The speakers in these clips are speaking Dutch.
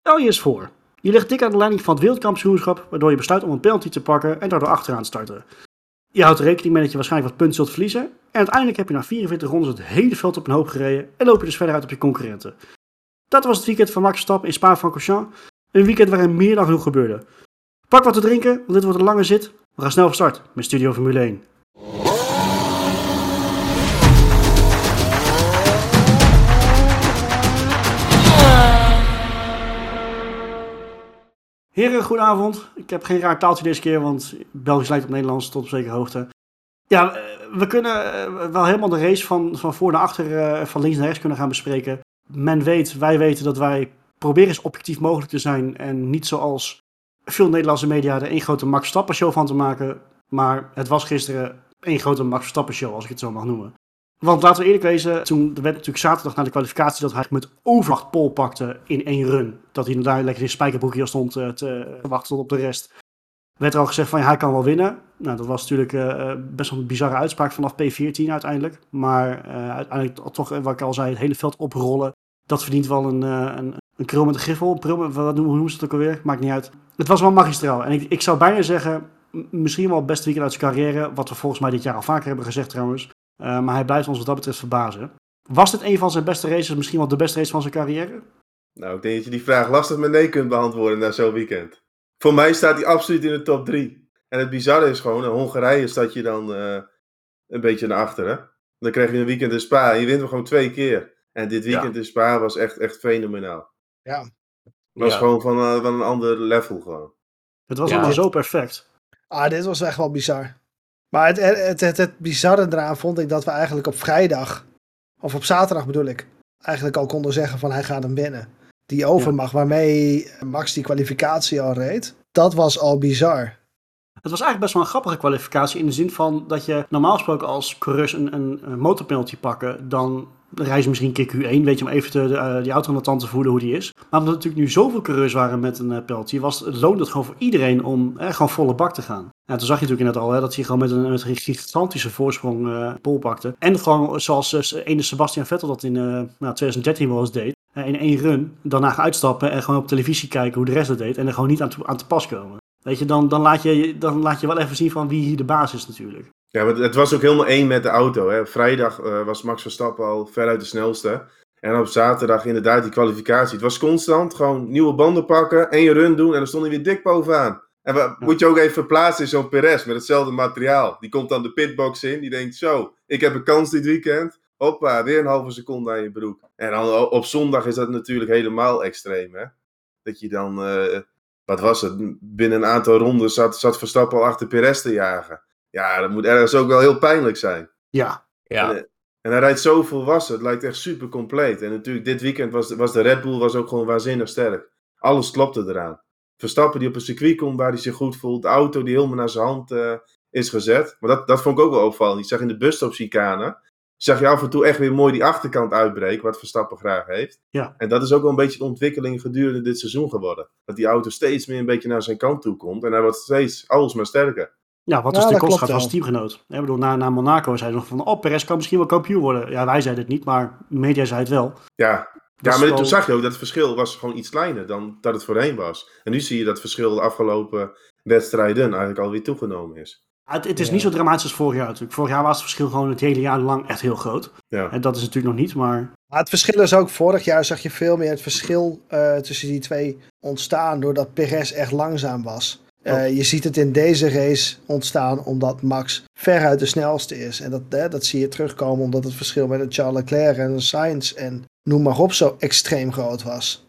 Stel je eens voor, je ligt dik aan de leiding van het wereldkampioenschap, waardoor je besluit om een penalty te pakken en daardoor achteraan te starten. Je houdt er rekening mee dat je waarschijnlijk wat punten zult verliezen en uiteindelijk heb je na 44 rondes het hele veld op een hoop gereden en loop je dus verder uit op je concurrenten. Dat was het weekend van Max Verstappen in Spa-Francorchamps, een weekend waarin meer dan genoeg gebeurde. Pak wat te drinken, want dit wordt een lange zit. We gaan snel van start met Studio Formule 1. Heren, goedenavond. Ik heb geen raar taaltje deze keer, want Belgisch lijkt op Nederlands tot op zekere hoogte. Ja, we kunnen wel helemaal de race van voor naar achter, van links naar rechts kunnen gaan bespreken. Wij weten dat wij proberen zo objectief mogelijk te zijn en niet zoals veel Nederlandse media er één grote Max Verstappen show van te maken. Maar het was gisteren één grote Max Verstappen show, als ik het zo mag noemen. Want laten we eerlijk wezen, toen werd natuurlijk zaterdag na de kwalificatie dat hij met overmacht pole pakte in één run. Dat hij daar lekker in spijkerbroekje stond te wachten op de rest. Werd er al gezegd van ja, hij kan wel winnen. Nou, dat was natuurlijk best wel een bizarre uitspraak vanaf P14 uiteindelijk. Maar uiteindelijk toch, wat ik al zei, het hele veld oprollen. Dat verdient wel een krul met een griffel. Hoe noemen ze het ook alweer? Maakt niet uit. Het was wel magistraal. En ik zou bijna zeggen, misschien wel het beste weekend uit zijn carrière. Wat we volgens mij dit jaar al vaker hebben gezegd trouwens. Maar hij blijft ons wat dat betreft verbazen. Was dit een van zijn beste races, misschien wel de beste race van zijn carrière? Nou, ik denk dat je die vraag lastig met nee kunt beantwoorden na zo'n weekend. Voor mij staat hij absoluut in de top 3. En het bizarre is gewoon, in Hongarije staat je dan een beetje naar achteren. Dan krijg je een weekend in Spa en je wint hem gewoon 2 keer. En dit weekend in Spa was echt fenomenaal. Ja. Het was gewoon van een ander level gewoon. Het was allemaal zo perfect. Dit was echt wel bizar. Maar het bizarre eraan vond ik dat we eigenlijk op vrijdag, of op zaterdag bedoel ik, eigenlijk al konden zeggen van hij gaat hem winnen. Die overmacht waarmee Max die kwalificatie al reed, dat was al bizar. Het was eigenlijk best wel een grappige kwalificatie in de zin van dat je normaal gesproken als coureurs een motorpenalty pakken, dan rijden ze misschien een keer Q1, weet je, om even die auto aan de tand te voelen hoe die is. Maar omdat er natuurlijk nu zoveel coureurs waren met een penalty, loonde het gewoon voor iedereen om gewoon volle bak te gaan. En toen zag je natuurlijk inderdaad al dat hij gewoon met een gigantische voorsprong pole pakte. En gewoon zoals ene Sebastian Vettel dat in 2013 wel eens deed. In één run, daarna uitstappen en gewoon op televisie kijken hoe de rest het deed. En er gewoon niet aan te pas komen. Weet je, dan laat je wel even zien van wie hier de baas is natuurlijk. Ja, maar het was ook helemaal één met de auto. Hè. Vrijdag was Max Verstappen al veruit de snelste. En op zaterdag inderdaad die kwalificatie. Het was constant gewoon nieuwe banden pakken, 1 run doen en dan stond hij weer dik bovenaan. En moet je ook even verplaatsen in zo'n Perez met hetzelfde materiaal. Die komt dan de pitbox in, die denkt zo, ik heb een kans dit weekend. Hoppa, weer een halve seconde aan je broek. En dan op zondag is dat natuurlijk helemaal extreem, hè. Dat je dan, wat was het, binnen een aantal ronden zat Verstappen al achter Perez te jagen. Ja, dat moet ergens ook wel heel pijnlijk zijn. Ja. En hij rijdt zo volwassen, het lijkt echt super compleet. En natuurlijk, dit weekend was de Red Bull ook gewoon waanzinnig sterk. Alles klopte eraan. Verstappen die op een circuit komt waar hij zich goed voelt. De auto die helemaal naar zijn hand is gezet. Maar dat vond ik ook wel opvallend. Ik zag in de busstopchicane, zag je af en toe echt weer mooi die achterkant uitbreken, wat Verstappen graag heeft. Ja. En dat is ook wel een beetje de ontwikkeling gedurende dit seizoen geworden. Dat die auto steeds meer een beetje naar zijn kant toe komt. En hij wordt steeds alsmaar sterker. Ja, wat is de kost gaat van zijn teamgenoot? Ik bedoel, na Monaco zei hij nog van, Perez kan misschien wel kampioen worden. Ja, wij zeiden het niet, maar de media zei het wel. Ja, maar toen zag je ook dat het verschil was gewoon iets kleiner dan dat het voorheen was. En nu zie je dat het verschil de afgelopen wedstrijden eigenlijk alweer toegenomen is. Het is niet zo dramatisch als vorig jaar natuurlijk. Vorig jaar was het verschil gewoon het hele jaar lang echt heel groot. Ja. En dat is natuurlijk nog niet, maar Het verschil is ook, vorig jaar zag je veel meer het verschil tussen die twee ontstaan doordat Perez echt langzaam was. Je ziet het in deze race ontstaan omdat Max veruit de snelste is. En dat zie je terugkomen omdat het verschil met een Charles Leclerc en een Sainz en noem maar op zo extreem groot was.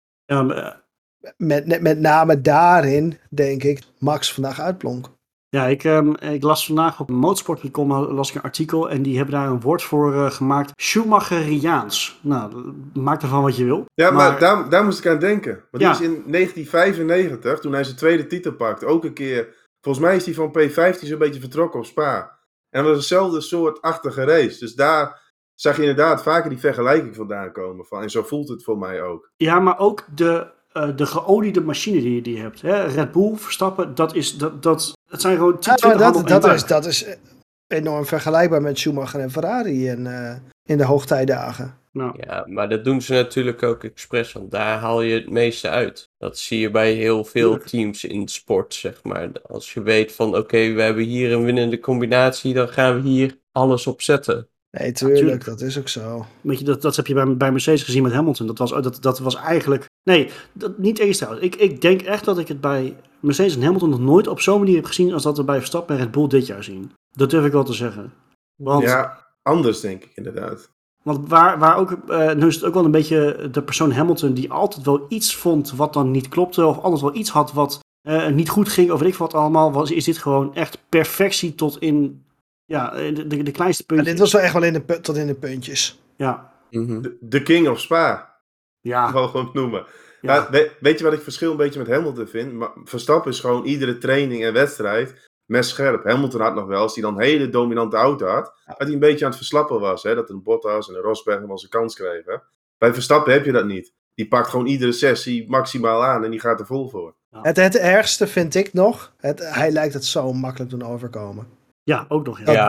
Met name daarin, denk ik, Max vandaag uitblonk. Ja, ik las vandaag op motorsport.com las ik een artikel en die hebben daar een woord voor gemaakt. Schumacheriaans. Nou, maak ervan wat je wil. Ja, maar daar moest ik aan denken. Want die is in 1995, toen hij zijn tweede titel pakte, ook een keer, volgens mij is hij van P15 zo'n beetje vertrokken op Spa. En dat was eenzelfde soortachtige race. Dus daar zag je inderdaad vaker die vergelijking vandaan komen. En zo voelt het voor mij ook. Ja, maar ook de geoliede machine die je hebt. Hè? Red Bull, Verstappen, het zijn gewoon 10-20 dat is enorm vergelijkbaar met Schumacher en Ferrari in de hoogtijdagen. Nou. Ja, maar dat doen ze natuurlijk ook expres, want daar haal je het meeste uit. Dat zie je bij heel veel teams in sport, zeg maar. Als je weet van, oké, we hebben hier een winnende combinatie, dan gaan we hier alles op zetten. Nee, tuurlijk, tuurlijk. dat is ook zo. Weet je, dat heb je bij Mercedes gezien met Hamilton. Dat was eigenlijk... Nee, niet eens trouwens. Ik denk echt dat ik het bij Mercedes en Hamilton nog nooit op zo'n manier heb gezien als dat we bij Verstappen en Red Bull dit jaar zien. Dat durf ik wel te zeggen. Want, Ja, anders denk ik inderdaad. want waar ook... nu is het ook wel een beetje de persoon Hamilton die altijd wel iets vond wat dan niet klopte. Of altijd wel iets had wat niet goed ging. Of weet ik wat allemaal. Is dit gewoon echt perfectie tot in... Ja, de kleinste Maar puntjes. dit was wel echt wel tot in de puntjes. Ja. Mhm. De King of Spa, Ja. mogen we hem noemen. Ja. Ja, weet je wat ik verschil een beetje met Hamilton vind? Maar Verstappen is gewoon iedere training en wedstrijd messcherp. Hamilton had nog wel, als hij dan een hele dominante auto had, dat hij een beetje aan het verslappen was. Hè? Dat een Bottas en een Rosberg hem wel zijn kans kregen. Bij Verstappen heb je dat niet. Die pakt gewoon iedere sessie maximaal aan en die gaat er vol voor. Het ergste vind ik nog, hij lijkt het zo makkelijk doen overkomen. Ja, ook nog. Ja,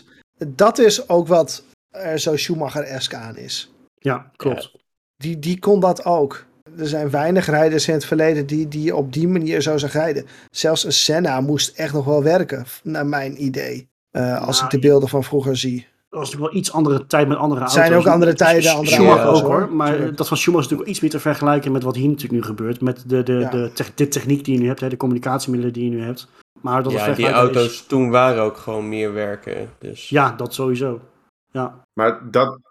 Dat is ook wat er zo Schumacher-esk aan is. ja klopt. Die kon dat ook. Er zijn weinig rijders in het verleden die op die manier zo zag rijden. Zelfs een Senna moest echt nog wel werken, naar mijn idee. Als ik de beelden van vroeger zie. Dat was natuurlijk wel iets andere tijd met andere auto's. Er zijn ook andere tijden, andere Schumacher auto's, ook hoor. hoor. Maar Tuurlijk. dat van Schumacher is natuurlijk iets meer te vergelijken met wat hier natuurlijk nu gebeurt. Met de techniek die je nu hebt, hè, de communicatiemiddelen die je nu hebt. Maar dat Ja, die auto's toen waren ook gewoon meer werken. Dus. Ja, dat sowieso. Ja. Maar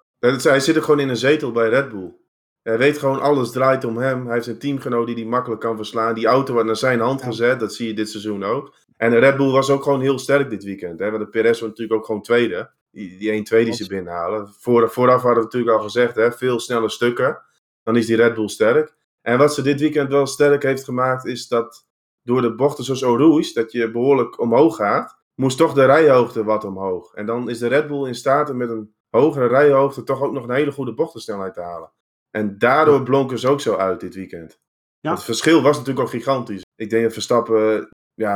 hij zit er gewoon in een zetel bij Red Bull. Hij weet gewoon, alles draait om hem. Hij heeft een teamgenoot die hij makkelijk kan verslaan. Die auto wordt naar zijn hand gezet. Dat zie je dit seizoen ook. En de Red Bull was ook gewoon heel sterk dit weekend. Hè? Want de Perez was natuurlijk ook gewoon tweede. Die 1-2 die ze binnenhalen. Vooraf hadden we natuurlijk al gezegd, hè? Veel snelle stukken. Dan is die Red Bull sterk. En wat ze dit weekend wel sterk heeft gemaakt, is dat door de bochten zoals Eau Rouge, dat je behoorlijk omhoog gaat, moest toch de rijhoogte wat omhoog. En dan is de Red Bull in staat om met een hogere rijhoogte toch ook nog een hele goede bochtensnelheid te halen. En daardoor blonken ze ook zo uit dit weekend. Ja. Want het verschil was natuurlijk ook gigantisch. Ik denk dat Verstappen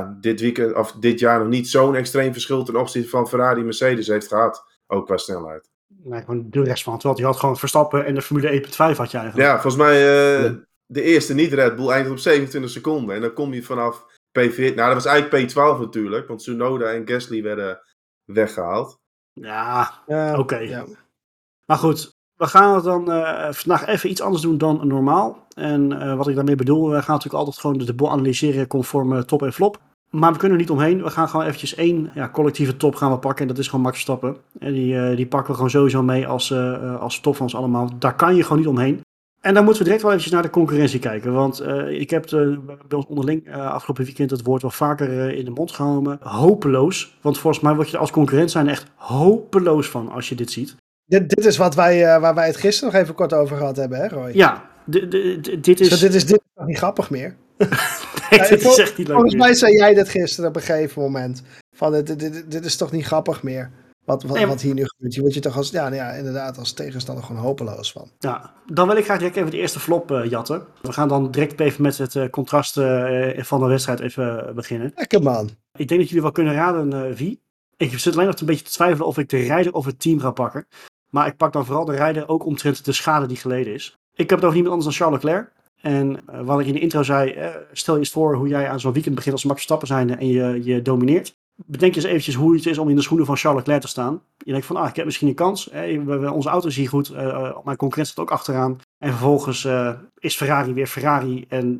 dit jaar nog niet zo'n extreem verschil ten opzichte van Ferrari en Mercedes heeft gehad. Ook qua snelheid. Nee, gewoon de rest van het veld. Je had gewoon Verstappen en de Formule 1.5 had je eigenlijk. Ja, volgens mij de eerste niet-Red Bull eindigt op 27 seconden. En dan kom je vanaf P14. Nou, dat was eigenlijk P12 natuurlijk. Want Tsunoda en Gasly werden weggehaald. Ja, Ja, oké. ja. Maar goed, we gaan het dan vandaag even iets anders doen dan normaal. En wat ik daarmee bedoel, we gaan natuurlijk altijd gewoon de boel analyseren conform top en flop. Maar we kunnen er niet omheen. We gaan gewoon eventjes één collectieve top gaan we pakken. En dat is gewoon Max Verstappen. En die pakken we gewoon sowieso mee als top van ons allemaal. Daar kan je gewoon niet omheen. En dan moeten we direct wel eventjes naar de concurrentie kijken. Want ik heb bij ons onderling afgelopen weekend het woord wel vaker in de mond genomen. Hopeloos. Want volgens mij word je er als concurrent zijn echt hopeloos van als je dit ziet. Dit is wat waar wij het gisteren nog even kort over gehad hebben, hè Roy? Ja, dit is... Dus dit is nog niet grappig meer. Nee, dit is echt niet leuk Volgens meer. mij zei jij dat gisteren op een gegeven moment. Van dit is toch niet grappig meer. Wat hier nu gebeurt. Je wordt je toch als, inderdaad, als tegenstander gewoon hopeloos van. Ja, dan wil ik graag direct even de eerste flop jatten. We gaan dan direct even met het contrast van de wedstrijd even beginnen. Lekker man. Ik denk dat jullie wel kunnen raden wie. Ik zit alleen nog een beetje te twijfelen of ik de rijder of het team ga pakken. Maar ik pak dan vooral de rijder ook omtrent de schade die geleden is. Ik heb het over niemand anders dan Charles Leclerc. En wat ik in de intro zei, stel je eens voor hoe jij aan zo'n weekend begint als Max Verstappen zijnde en je domineert. Bedenk je eens eventjes hoe het is om in de schoenen van Charles Leclerc te staan. Je denkt van, ik heb misschien een kans. Onze auto is hier goed. Mijn concurrent staat ook achteraan. En vervolgens is Ferrari weer Ferrari. En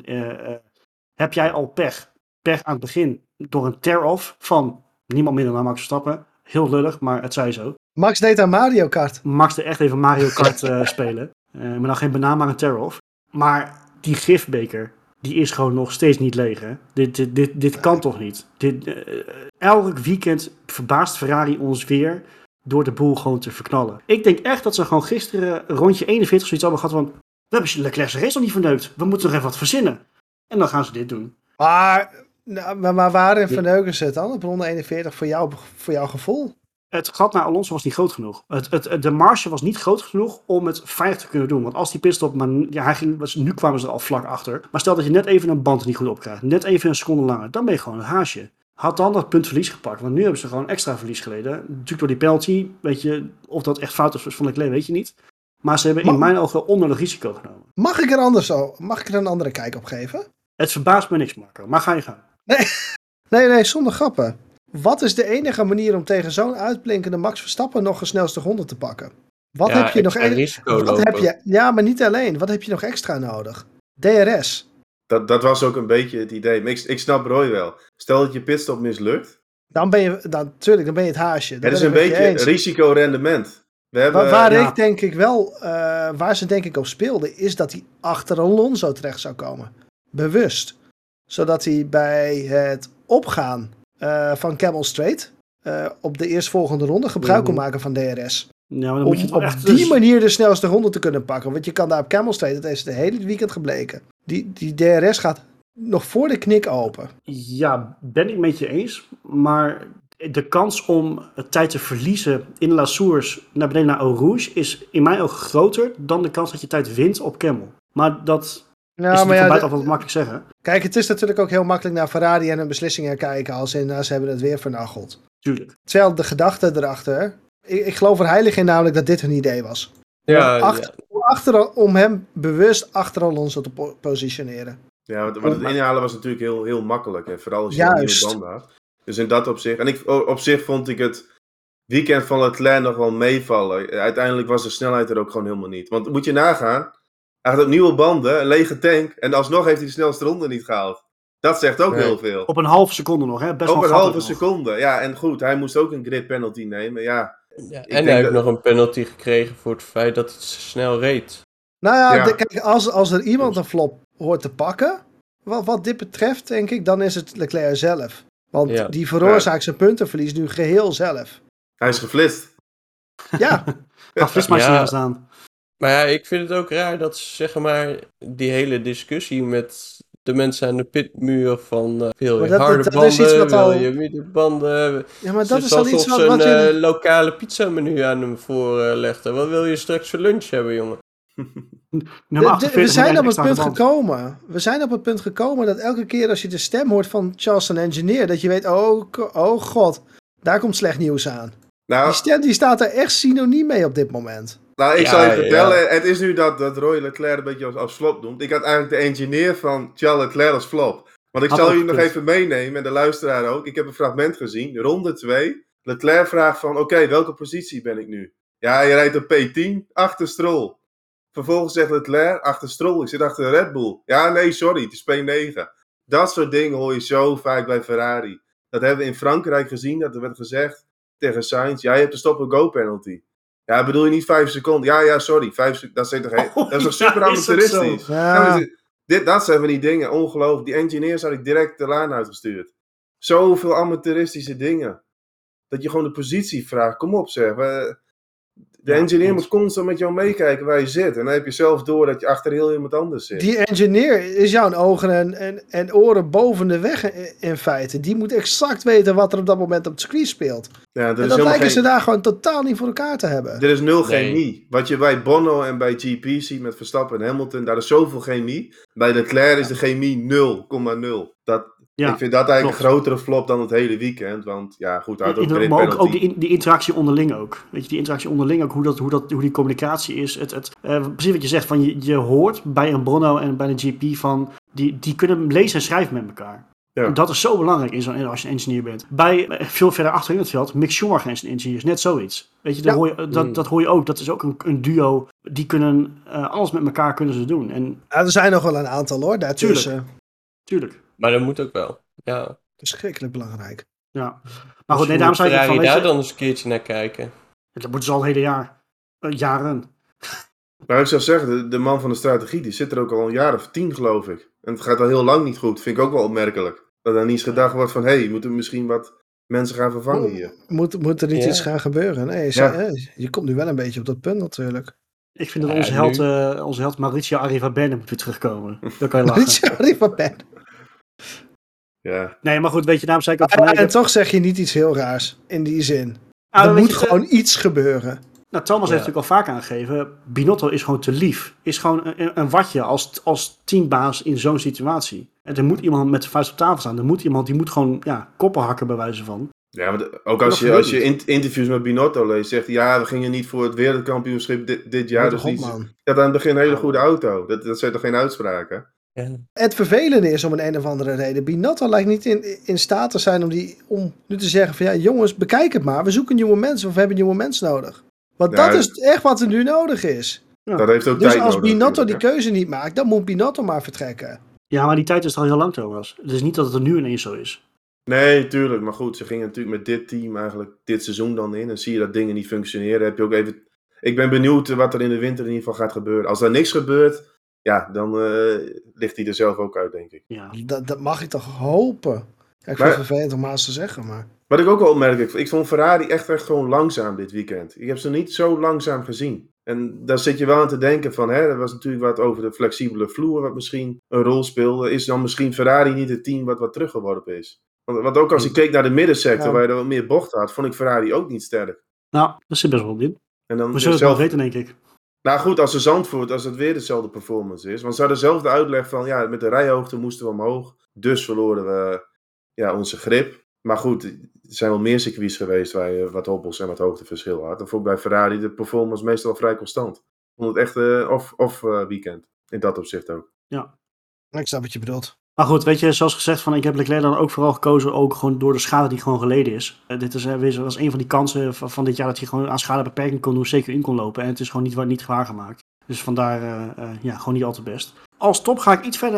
heb jij al pech? Pech aan het begin door een tear-off van niemand minder dan Max Verstappen. Heel lullig, maar het zij zo. Max deed aan Mario Kart. Max er echt even Mario Kart spelen. Maar dan geen banaan, maar een tear-off. Maar die gifbeker, die is gewoon nog steeds niet leeg. Hè? Dit kan toch niet? Elk weekend verbaast Ferrari ons weer door de boel gewoon te verknallen. Ik denk echt dat ze gewoon gisteren rondje 41 zoiets hadden gehad van, we hebben Leclerc's race nog niet verneukt. We moeten nog even wat verzinnen. En dan gaan ze dit doen. Maar waarin verneuken ze het dan op ronde 41 voor jouw gevoel? Het gat naar Alonso was niet groot genoeg. De marge was niet groot genoeg om het veilig te kunnen doen. Want als die pitstop, nu kwamen ze er al vlak achter. Maar stel dat je net even een band niet goed opkrijgt. Net even een seconde langer. Dan ben je gewoon een haasje. Had dan dat punt verlies gepakt. Want nu hebben ze gewoon extra verlies geleden. Natuurlijk door die penalty. Weet je, of dat echt fout is van Leclerc, weet je niet. Maar ze hebben in mijn ogen onnodig risico genomen. Mag ik er een andere kijk op geven? Het verbaast me niks, Marco. Maar ga je gang. Nee, zonder grappen. Wat is de enige manier om tegen zo'n uitblinkende Max Verstappen nog een snelste ronde te pakken? Wat heb je nog risico wat lopen. heb je? Ja, maar niet alleen. Wat heb je nog extra nodig? DRS. Dat was ook een beetje het idee. Maar ik snap Roy wel. Stel dat je pitstop mislukt. Dan ben je het haasje. Het is een beetje risico-rendement. We hebben, Waar ze denk ik op speelden, is dat hij achter Alonso terecht zou komen. Bewust. Zodat hij bij het opgaan van Camel Straight op de eerstvolgende ronde gebruik kon maken van DRS. Ja, maar dan moet je het wel Om echt... op die manier de snelste ronde te kunnen pakken. Want je kan daar op Camel Straight, dat is de hele weekend gebleken. Die DRS gaat nog voor de knik open. Ja, ben ik met je eens. Maar de kans om tijd te verliezen in La Source naar beneden naar Eau Rouge is in mijn ogen groter dan de kans dat je tijd wint op Camel. Maar dat is natuurlijk van buitenaf wat makkelijk zeggen. Kijk, het is natuurlijk ook heel makkelijk naar Ferrari en hun beslissingen kijken als in, ze hebben het weer vernacheld. Tuurlijk. Terwijl de gedachte erachter, ik geloof er heilig in namelijk dat dit hun idee was. Om hem bewust achter Alonso te positioneren. Ja, want het inhalen was natuurlijk heel, heel makkelijk. Hè? Vooral als je een nieuwe banden had. Dus in dat opzicht. En op zich vond ik het weekend van Leclerc nog wel meevallen. Uiteindelijk was de snelheid er ook gewoon helemaal niet. Want moet je nagaan. Hij had op nieuwe banden, een lege tank. En alsnog heeft hij de snelste ronde niet gehaald. Dat zegt ook heel veel. Op een halve seconde nog, hè? Best op wel een halve seconde. Ja, en goed. Hij moest ook een grid penalty nemen. Ja. En hij heeft nog een penalty gekregen voor het feit dat hij te snel reed. Nou ja, kijk, als er iemand een flop hoort te pakken, wat dit betreft, denk ik, dan is het Leclerc zelf. Want die veroorzaakt zijn puntenverlies nu geheel zelf. Hij is geflitst. Ja. Ga flitsmachine staan. Maar ja, ik vind het ook raar dat, zeg maar, die hele discussie met de mensen aan de pitmuur van wil je harde banden, wil je middenbanden. Ja, maar dat is al iets wat je een lokale pizzamenu aan hem voorlegde. Wat wil je straks voor lunch hebben, jongen? We zijn op het punt gekomen. We zijn op het punt gekomen dat elke keer als je de stem hoort van Charleston Engineer, dat je weet, oh god, daar komt slecht nieuws aan. Nou, die stem die staat er echt synoniem mee op dit moment. Nou, ik zal je vertellen, het is nu dat Roy Leclerc een beetje als flop noemt. Ik had eigenlijk de engineer van Charles Leclerc als flop. Want ik zal jullie nog even meenemen, en de luisteraar ook. Ik heb een fragment gezien, ronde 2. Leclerc vraagt van, oké, welke positie ben ik nu? Ja, je rijdt op P10, achter Stroll. Vervolgens zegt Leclerc, achter Stroll, ik zit achter Red Bull. Ja, nee, sorry, het is P9. Dat soort dingen hoor je zo vaak bij Ferrari. Dat hebben we in Frankrijk gezien, dat er werd gezegd tegen Sainz, ja, je hebt de stop-and-go penalty. Ja, bedoel je niet 5 seconden? Ja, sorry, 5 seconden, dat is toch super amateuristisch? Dat zijn van die dingen, ongelooflijk. Die engineers had ik direct de laan uitgestuurd. Zoveel amateuristische dingen. Dat je gewoon de positie vraagt, kom op zeg. De engineer moet constant met jou meekijken waar je zit. En dan heb je zelf door dat je achter heel iemand anders zit. Die engineer is jouw ogen en oren boven de weg in feite. Die moet exact weten wat er op dat moment op het circuit speelt. Ja, en dat lijken ze daar gewoon totaal niet voor elkaar te hebben. Er is nul chemie. Wat je bij Bono en bij GP ziet met Verstappen en Hamilton, daar is zoveel chemie. Bij Leclerc is de chemie 0,0. Ik vind dat eigenlijk een grotere flop dan het hele weekend. Want ja, goed, hij had ook maar ook die interactie onderling ook. Weet je, die interactie onderling ook, hoe die communicatie is. Precies wat je zegt, van je hoort bij een Bono en bij een GP van, die kunnen lezen en schrijven met elkaar. Ja. En dat is zo belangrijk als je een engineer bent. Bij veel verder achter in het veld, Mick Schumacher en zijn engineers, net zoiets. Weet je, dat hoor je ook. Dat is ook een duo. Die kunnen alles met elkaar kunnen ze doen. En, er zijn nog wel een aantal hoor, daartussen. Tuurlijk. Maar dat moet ook wel, ja. Verschrikkelijk belangrijk. Ja. Maar goed, daarom zou je daar dan eens een keertje naar kijken. Dat moeten ze al het hele jaar. Jaren. Maar ik zou zeggen, de man van de strategie, die zit er ook al een jaar of 10 geloof ik. En het gaat al heel lang niet goed. Vind ik ook wel opmerkelijk. Dat er niet eens gedacht wordt van, je moet er misschien wat mensen gaan vervangen hier. Moet er iets gaan gebeuren? Nee, je komt nu wel een beetje op dat punt natuurlijk. Ik vind dat onze held Mauricio Arrivabene moet weer terugkomen. Dan kan je lachen. Mauricio Arrivabene. Ja. Nee, maar goed, weet je, daarom zei ik ook van... En toch zeg je niet iets heel raars, in die zin. Er moet gewoon iets gebeuren. Nou, Thomas heeft natuurlijk al vaak aangegeven, Binotto is gewoon te lief. Is gewoon een watje als teambaas in zo'n situatie. En er moet iemand met de vuist op tafel staan. Er moet iemand die moet gewoon koppen hakken bij wijze van. Ja, maar ook als je interviews met Binotto leest, zegt hij, ja, we gingen niet voor het wereldkampioenschap dit jaar. Dus man. Ja, aan het begin een hele goede auto. Dat zijn toch geen uitspraken? Ja. Het vervelende is om een of andere reden. Binotto lijkt niet in staat te zijn om nu te zeggen van ja, jongens, bekijk het maar. We zoeken nieuwe mensen of we hebben nieuwe mensen nodig. Want dat is echt wat er nu nodig is. Ja. Dat heeft ook dus tijd als nodig, Binotto die keuze niet maakt, dan moet Binotto maar vertrekken. Ja, maar die tijd is al heel lang, Thomas. Het is niet dat het er nu ineens zo is. Nee, tuurlijk. Maar goed, ze gingen natuurlijk met dit team eigenlijk dit seizoen dan in. En zie je dat dingen niet functioneren. Heb je ook even... Ik ben benieuwd wat er in de winter in ieder geval gaat gebeuren. Als er niks gebeurt, ja, dan ligt hij er zelf ook uit, denk ik. Ja. Dat mag ik toch hopen. Ja, ik vind het vervelend om maar eens te zeggen, maar... Wat ik ook wel opmerk, ik vond Ferrari echt gewoon langzaam dit weekend. Ik heb ze niet zo langzaam gezien. En daar zit je wel aan te denken van, er was natuurlijk wat over de flexibele vloer wat misschien een rol speelde. Is dan misschien Ferrari niet het team wat teruggeworpen is? Want ook als ik keek naar de middensector, waar je er wat meer bocht had, vond ik Ferrari ook niet sterk. Nou, dat zit best wel in. En dan we zullen het wel weten, denk ik. Nou goed, als het weer dezelfde performance is. Want ze hadden zelf de uitleg van, ja, met de rijhoogte moesten we omhoog. Dus verloren we onze grip. Maar goed, er zijn wel meer circuits geweest waar je wat hobbels en wat hoogteverschil had. Dan vond ik bij Ferrari de performance meestal vrij constant. Ik vond het echt off weekend. In dat opzicht ook. Ja. Ik snap wat je bedoelt. Maar goed, weet je, zoals gezegd, ik heb Leclerc dan ook vooral gekozen, ook gewoon door de schade die gewoon geleden is. Dit was een van die kansen van dit jaar dat hij gewoon aan schadebeperking kon doen, zeker in kon lopen. En het is gewoon niet waargemaakt. Dus vandaar, gewoon niet al te best. Als top ga ik iets verder,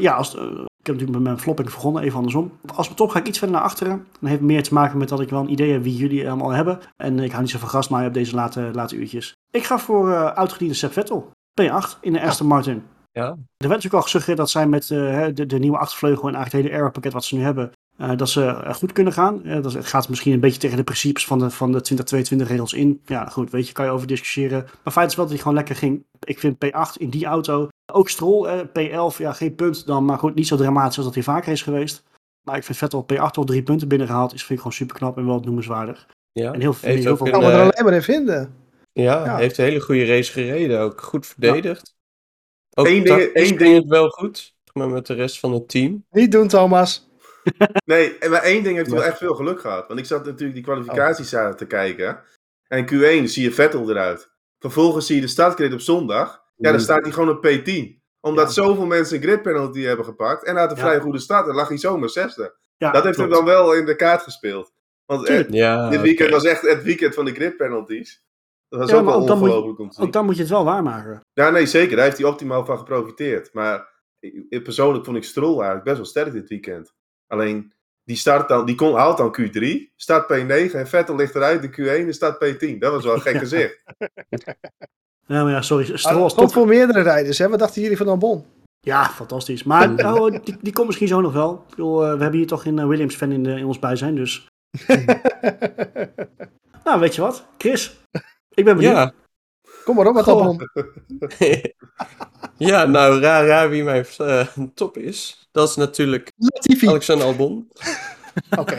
ik heb natuurlijk met mijn flopping begonnen, even andersom. Als top ga ik iets verder naar achteren. Dan heeft het meer te maken met dat ik wel een idee heb wie jullie allemaal hebben. En ik hou niet zo van gasmaaien op deze late uurtjes. Ik ga voor oudgediende Seb Vettel. P8 in de Aston Martin. Ja. Er werd natuurlijk al gesuggereerd dat zij met de nieuwe achtervleugel en eigenlijk het hele aero-pakket wat ze nu hebben, dat ze goed kunnen gaan. Het gaat misschien een beetje tegen de principes van de 2022 regels in. Ja, goed, weet je, kan je over discussiëren. Maar feit is wel dat hij gewoon lekker ging. Ik vind P8 in die auto, ook Stroll, P11, ja, geen punt dan, maar goed, niet zo dramatisch als dat hij vaker is geweest. Maar ik vind Vettel P8 al 3 punten binnengehaald, vind ik gewoon super knap en wel noemenswaardig. Ja, en heel veel kan we er alleen maar in vinden. Ja, heeft een hele goede race gereden, ook goed verdedigd. Ook Eén ging het wel goed, maar met de rest van het team. Niet doen, Thomas. Nee, maar één ding heeft hij wel echt veel geluk gehad. Want ik zat natuurlijk die kwalificaties te kijken. En Q1 zie je Vettel eruit. Vervolgens zie je de startgrid op zondag. Ja, dan staat hij gewoon op P10. Omdat zoveel mensen een grid penalty hebben gepakt. En hij had een vrij goede start. Dan lag hij zomaar zesde. Ja, dat heeft hem dan wel in de kaart gespeeld. Want dit weekend was echt het weekend van de grid penalties. Dat was ook wel ongelooflijk om te zien. Ook dan moet je het wel waarmaken. Ja, nee, zeker. Daar heeft hij optimaal van geprofiteerd. Maar persoonlijk vond ik Stroll eigenlijk best wel sterk dit weekend. Alleen, die start dan, haalt dan Q3, start P9 en Vettel ligt eruit in Q1 en start P10. Dat was wel een gek gezicht. Ja, maar ja, sorry. Stroll dat komt voor meerdere rijders, hè? Wat dachten jullie van Albon? Ja, fantastisch. Maar die komt misschien zo nog wel. Ik bedoel, we hebben hier toch een Williams-fan in ons bijzijn, dus... Nou, weet je wat? Chris, ik ben benieuwd. Ja. Kom maar op met Albon. Ja, nou, raar wie mijn top is. Dat is natuurlijk Latifi. Alexander Albon. Oké.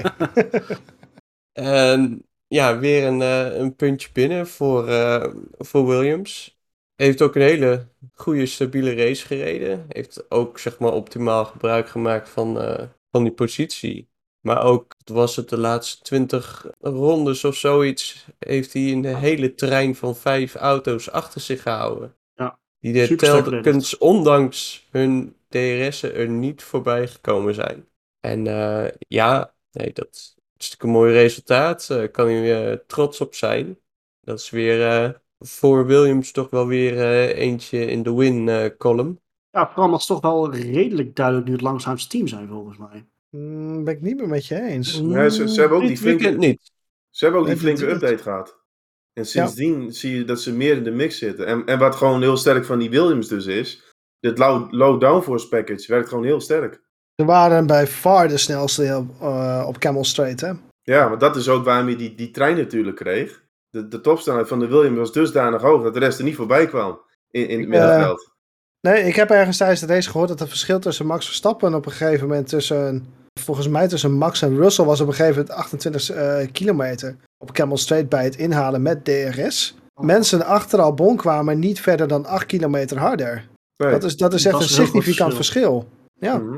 En ja, weer een puntje binnen voor Williams. Heeft ook een hele goede, stabiele race gereden. Heeft ook, zeg maar, optimaal gebruik gemaakt van die positie. Maar ook, was het de laatste 20 rondes of zoiets, heeft hij in de hele trein van 5 auto's achter zich gehouden. Ja, die telkens, ondanks hun DRS'en, er niet voorbij gekomen zijn. En dat is natuurlijk een mooi resultaat. Kan hij trots op zijn. Dat is weer voor Williams toch wel weer eentje in de win-column. Ja, vooral omdat ze toch wel redelijk duidelijk nu het langzaamste team zijn, volgens mij. Ben ik niet meer met je eens. Nee, ze hebben ook die flinke niet. Update gehad. En sindsdien zie je dat ze meer in de mix zitten. En wat gewoon heel sterk van die Williams dus is, dit low downforce package werkt gewoon heel sterk. Ze waren bij far de snelste op Camel Straight, hè? Ja, maar dat is ook waarom je die trein natuurlijk kreeg. De topsnelheid van de Williams was dusdanig hoog dat de rest er niet voorbij kwam in het middenveld. Nee, ik heb ergens tijdens de race gehoord dat het verschil tussen Max Verstappen op een gegeven moment volgens mij tussen Max en Russell was op een gegeven moment 28 kilometer op Camel Straight bij het inhalen met DRS. Mensen achter Albon kwamen niet verder dan 8 kilometer harder. Nee. Dat is echt een significant verschil. Ja. Mm-hmm.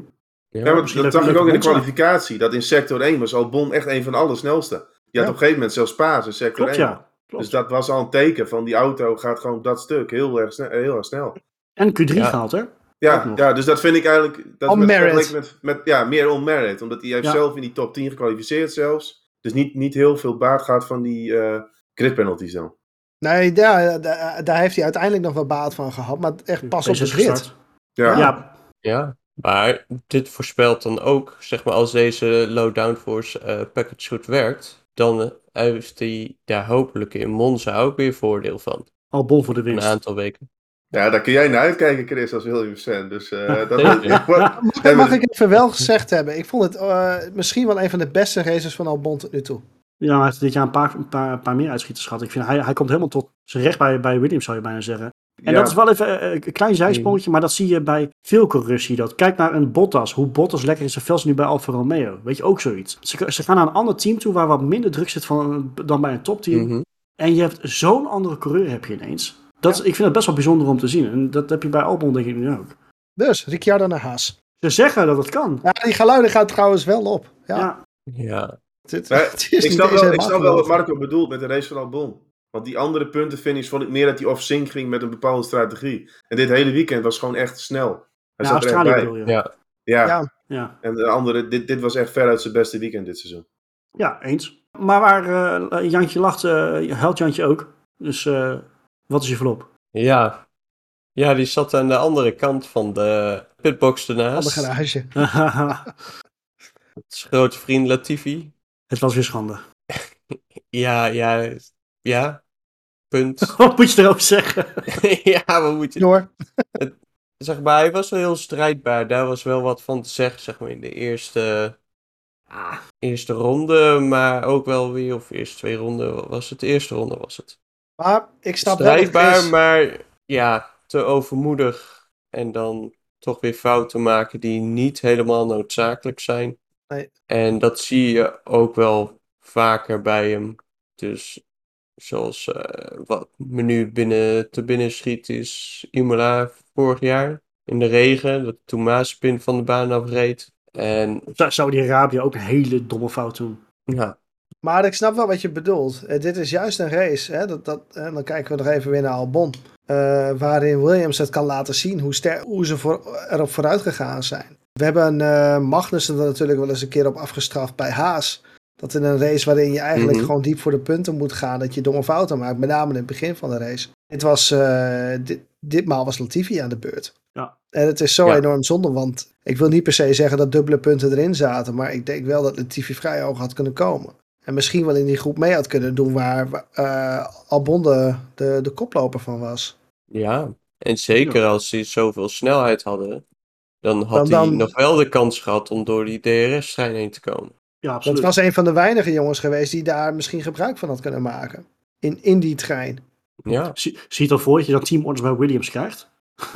Ja, maar misschien dat leuk- zag ik leuke ook in de mensen. kwalificatie. Dat in sector 1 was Albon echt een van de allersnelste. Die had Ja. op een gegeven moment zelfs paas in sector Klopt, 1. ja. Klopt. Dus dat was al een teken van die auto gaat gewoon op dat stuk heel erg snel. En Q3 Ja. gehaald, hè? Ook Ja, nog. ja, dus dat vind ik eigenlijk... Dat On is merit. vergeleken met meer on merit. Omdat hij heeft Ja. zelf in die top 10 gekwalificeerd zelfs. Dus niet heel veel baat gehad van die grid penalties dan. Nee, daar heeft hij uiteindelijk nog wel baat van gehad. Maar echt pas op de P6 grid. gestart. Ja, Ja. Ja, maar dit voorspelt dan ook, zeg maar, als deze low downforce package goed werkt, dan heeft hij daar hopelijk in Monza ook weer voordeel van. Albon voor de Een winst. aantal weken. ja, daar kun jij naar uitkijken, Chris, als Williams fan. Dus dat Zeker. Mag ik even wel gezegd hebben. Ik vond het misschien wel een van de beste races van Albon tot nu toe. Ja, maar hij heeft dit jaar een paar meer uitschieters gehad. Ik vind hij komt helemaal tot zijn recht bij Williams, zou je bijna zeggen. En dat is wel even een klein zijsprongetje, maar dat zie je bij veel coureurs. Zie je dat. Kijk naar een Bottas. Hoe Bottas lekker in zijn vel zit nu bij Alfa Romeo. Weet je, ook zoiets. Ze gaan naar een ander team toe waar wat minder druk zit dan bij een topteam. Mhm. En je hebt zo'n andere coureur heb je ineens. Ik vind het best wel bijzonder om te zien. En dat heb je bij Albon denk ik nu ook. Dus, Ricciardo naar Haas. Ze zeggen dat het kan. Ja, die geluiden gaan trouwens wel op. Ja, Ja. Ja, Ik snap wel wat Marco bedoelt met de race van Albon. Want die andere puntenfinish vond ik meer dat hij off-sync ging met een bepaalde strategie. En dit hele weekend was gewoon echt snel. Hij zat er echt Australië bij. bedoel je. ja. Ja. Ja. En de andere, dit was echt veruit zijn beste weekend dit seizoen. Ja, eens. Maar waar Jantje lacht, huilt Jantje ook. Dus wat is je flop? Ja. Ja, die zat aan de andere kant van de pitbox Van de ernaast. garage. Het is grote vriend Latifi. Het was weer schande. Ja. Punt. Wat moet je erover zeggen? Ja, wat moet je... Door. Zeg maar, hij was wel heel strijdbaar. Daar was wel wat van te zeggen, zeg maar, in de eerste ronde. Maar ook wel weer, of eerste twee ronden was het. De eerste ronde was het. Maar ik snap wel dat Strijdbaar, Chris... maar ja, te overmoedig. En dan toch weer fouten maken die niet helemaal noodzakelijk zijn. Nee. En dat zie je ook wel vaker bij hem. Dus zoals wat me nu te binnen schiet is Imola vorig jaar. In de regen, dat toen Mazepin van de baan afreed. En Saudi-Arabië ook een hele domme fout doen. ja, Maar ik snap wel wat je bedoelt. Dit is juist een race. Hè? Dan kijken we nog even weer naar Albon. Waarin Williams het kan laten zien hoe ze erop vooruit gegaan zijn. We hebben Magnussen er natuurlijk wel eens een keer op afgestraft bij Haas. Dat in een race waarin je eigenlijk gewoon diep voor de punten moet gaan, dat je domme fouten maakt. Met name in het begin van de race. Ditmaal was Latifi aan de beurt. Ja. En het is zo enorm zonde, want ik wil niet per se zeggen dat dubbele punten erin zaten. Maar ik denk wel dat Latifi vrij hoog had kunnen komen. En misschien wel in die groep mee had kunnen doen waar Albon de koploper van was. ja. En zeker als ze zoveel snelheid hadden, dan had hij nog wel de kans gehad om door die DRS-trein heen te komen. Ja, absoluut. Dat was een van de weinige jongens geweest die daar misschien gebruik van had kunnen maken. In die trein. Ja, Zie je het al voor dat je dan teamorders bij Williams krijgt?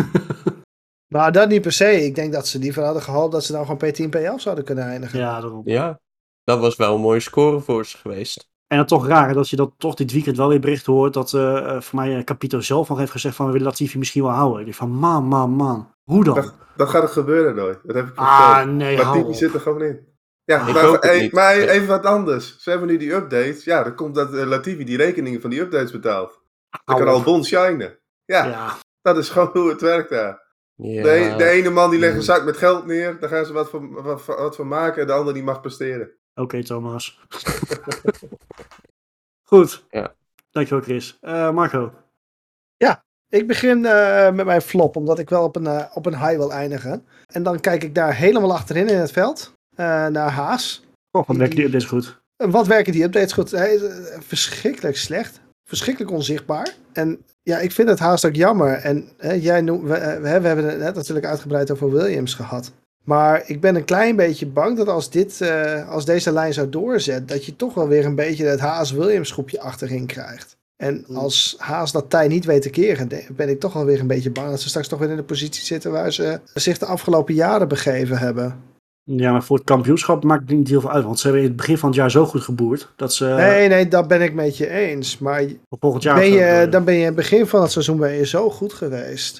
Maar dat niet per se. Ik denk dat ze liever hadden gehoopt dat ze nou gewoon P10, P11 zouden kunnen eindigen. Ja, daarom. ja. Dat was wel een mooie score voor ze geweest. En dan toch raar hè, dat je dat toch dit weekend wel weer berichten hoort dat voor mij Capito zelf nog heeft gezegd van we willen Latifi misschien wel houden. Ik denk van man. Hoe dan? Dat gaat er gebeuren nooit. Dat heb ik Nee, maar hou die op. zit er gewoon in. Ja, Ik hoop het niet. maar even wat anders. Ze hebben nu die updates. Ja, dan komt dat Latifi die rekeningen van die updates betaalt. Dan Hou kan op. Albon shinen. Ja, Ja, dat is gewoon hoe het werkt daar. Ja. De ene man die legt een zak met geld neer. Daar gaan ze wat van maken. De ander die mag presteren. oké, Thomas. Goed. Ja. Dankjewel Chris. Marco. Ik begin met mijn flop, omdat ik wel op een high wil eindigen. En dan kijk ik daar helemaal achterin in het veld. Naar Haas. Wat werkt die updates goed? Wat werken die updates goed? Verschrikkelijk slecht. Verschrikkelijk onzichtbaar. En ja, ik vind het haast ook jammer. En we hebben het net natuurlijk uitgebreid over Williams gehad. Maar ik ben een klein beetje bang dat als deze lijn zo doorzet, dat je toch wel weer een beetje het Haas-Williams groepje achterin krijgt. En als Haas dat tij niet weet te keren, ben ik toch wel weer een beetje bang dat ze straks toch weer in de positie zitten waar ze zich de afgelopen jaren begeven hebben. Ja, maar voor het kampioenschap maakt het niet heel veel uit. Want ze hebben in het begin van het jaar zo goed geboerd. Dat ze Nee, dat ben ik met je eens. Maar volgend jaar... dan ben je in het begin van het seizoen zo goed geweest.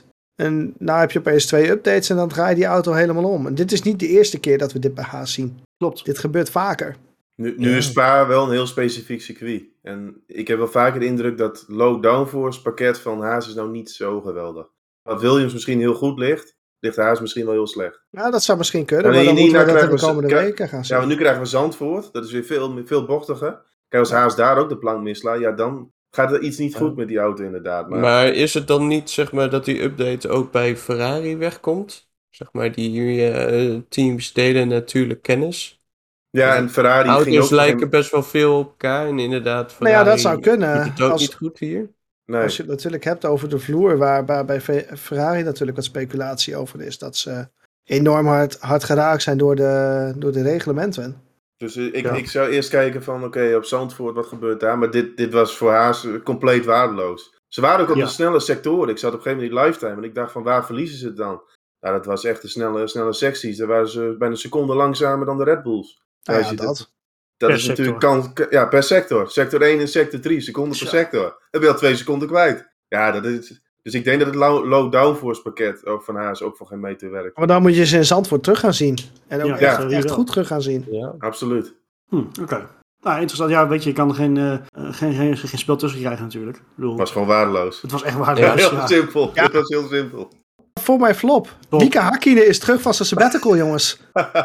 En nou heb je opeens 2 updates en dan draai je die auto helemaal om. En dit is niet de eerste keer dat we dit bij Haas zien. Klopt. Dit gebeurt vaker. Nu is Spa wel een heel specifiek circuit. En ik heb wel vaker de indruk dat low downforce pakket van Haas is nou niet zo geweldig. Wat Williams misschien heel goed ligt Haas misschien wel heel slecht. Nou, dat zou misschien kunnen, Ja, maar dan nee, moeten we nou dat in de krijgen we- komende kijk- weken gaan zien. Ja, want nu krijgen we Zandvoort. Dat is weer veel bochtiger. Kijk, als Haas daar ook de plank mislaat, ja, dan gaat er iets niet goed met die auto inderdaad. Maar is het dan niet, zeg maar, dat die update ook bij Ferrari wegkomt? Zeg maar, die teams delen natuurlijk kennis. Ja, en Ferrari ging Auto's ook... lijken best wel veel op elkaar. En inderdaad, Nou Ferrari ja, dat zou kunnen. doet het ook Als- niet goed hier. Nee. Als je het natuurlijk hebt over de vloer, waar bij Ferrari natuurlijk wat speculatie over is, dat ze enorm hard geraakt zijn door de reglementen. Dus ik zou eerst kijken van, oké, op Zandvoort, wat gebeurt daar? Maar dit was voor Haas compleet waardeloos. Ze waren ook op de snelle sectoren. Ik zat op een gegeven moment in die lifetime en ik dacht van, waar verliezen ze het dan? Nou, dat was echt de snelle secties. Daar waren ze bijna een seconde langzamer dan de Red Bulls. Nou Als ja, je dat. Dat Per is natuurlijk per sector. Sector 1 en sector 3 seconden per sector. Dan ben je al 2 seconden kwijt. Ja, dat is... Dus ik denk dat het low downforce pakket ook van Haas ook voor geen meter werkt. Maar dan moet je ze in Zandvoort terug gaan zien. En ook Ja, echt, ja, echt wel. goed terug gaan zien. Ja. Absoluut. Oké. Nou, interessant. Ja, weet je, je kan er geen spel tussen krijgen natuurlijk. Ik bedoel, Het was gewoon waardeloos. het was echt Ja, waardeloos. heel simpel. Ja. Het was heel simpel. Voor mijn flop. Top. Mika Hakkinen is terug van zijn sabbatical, jongens.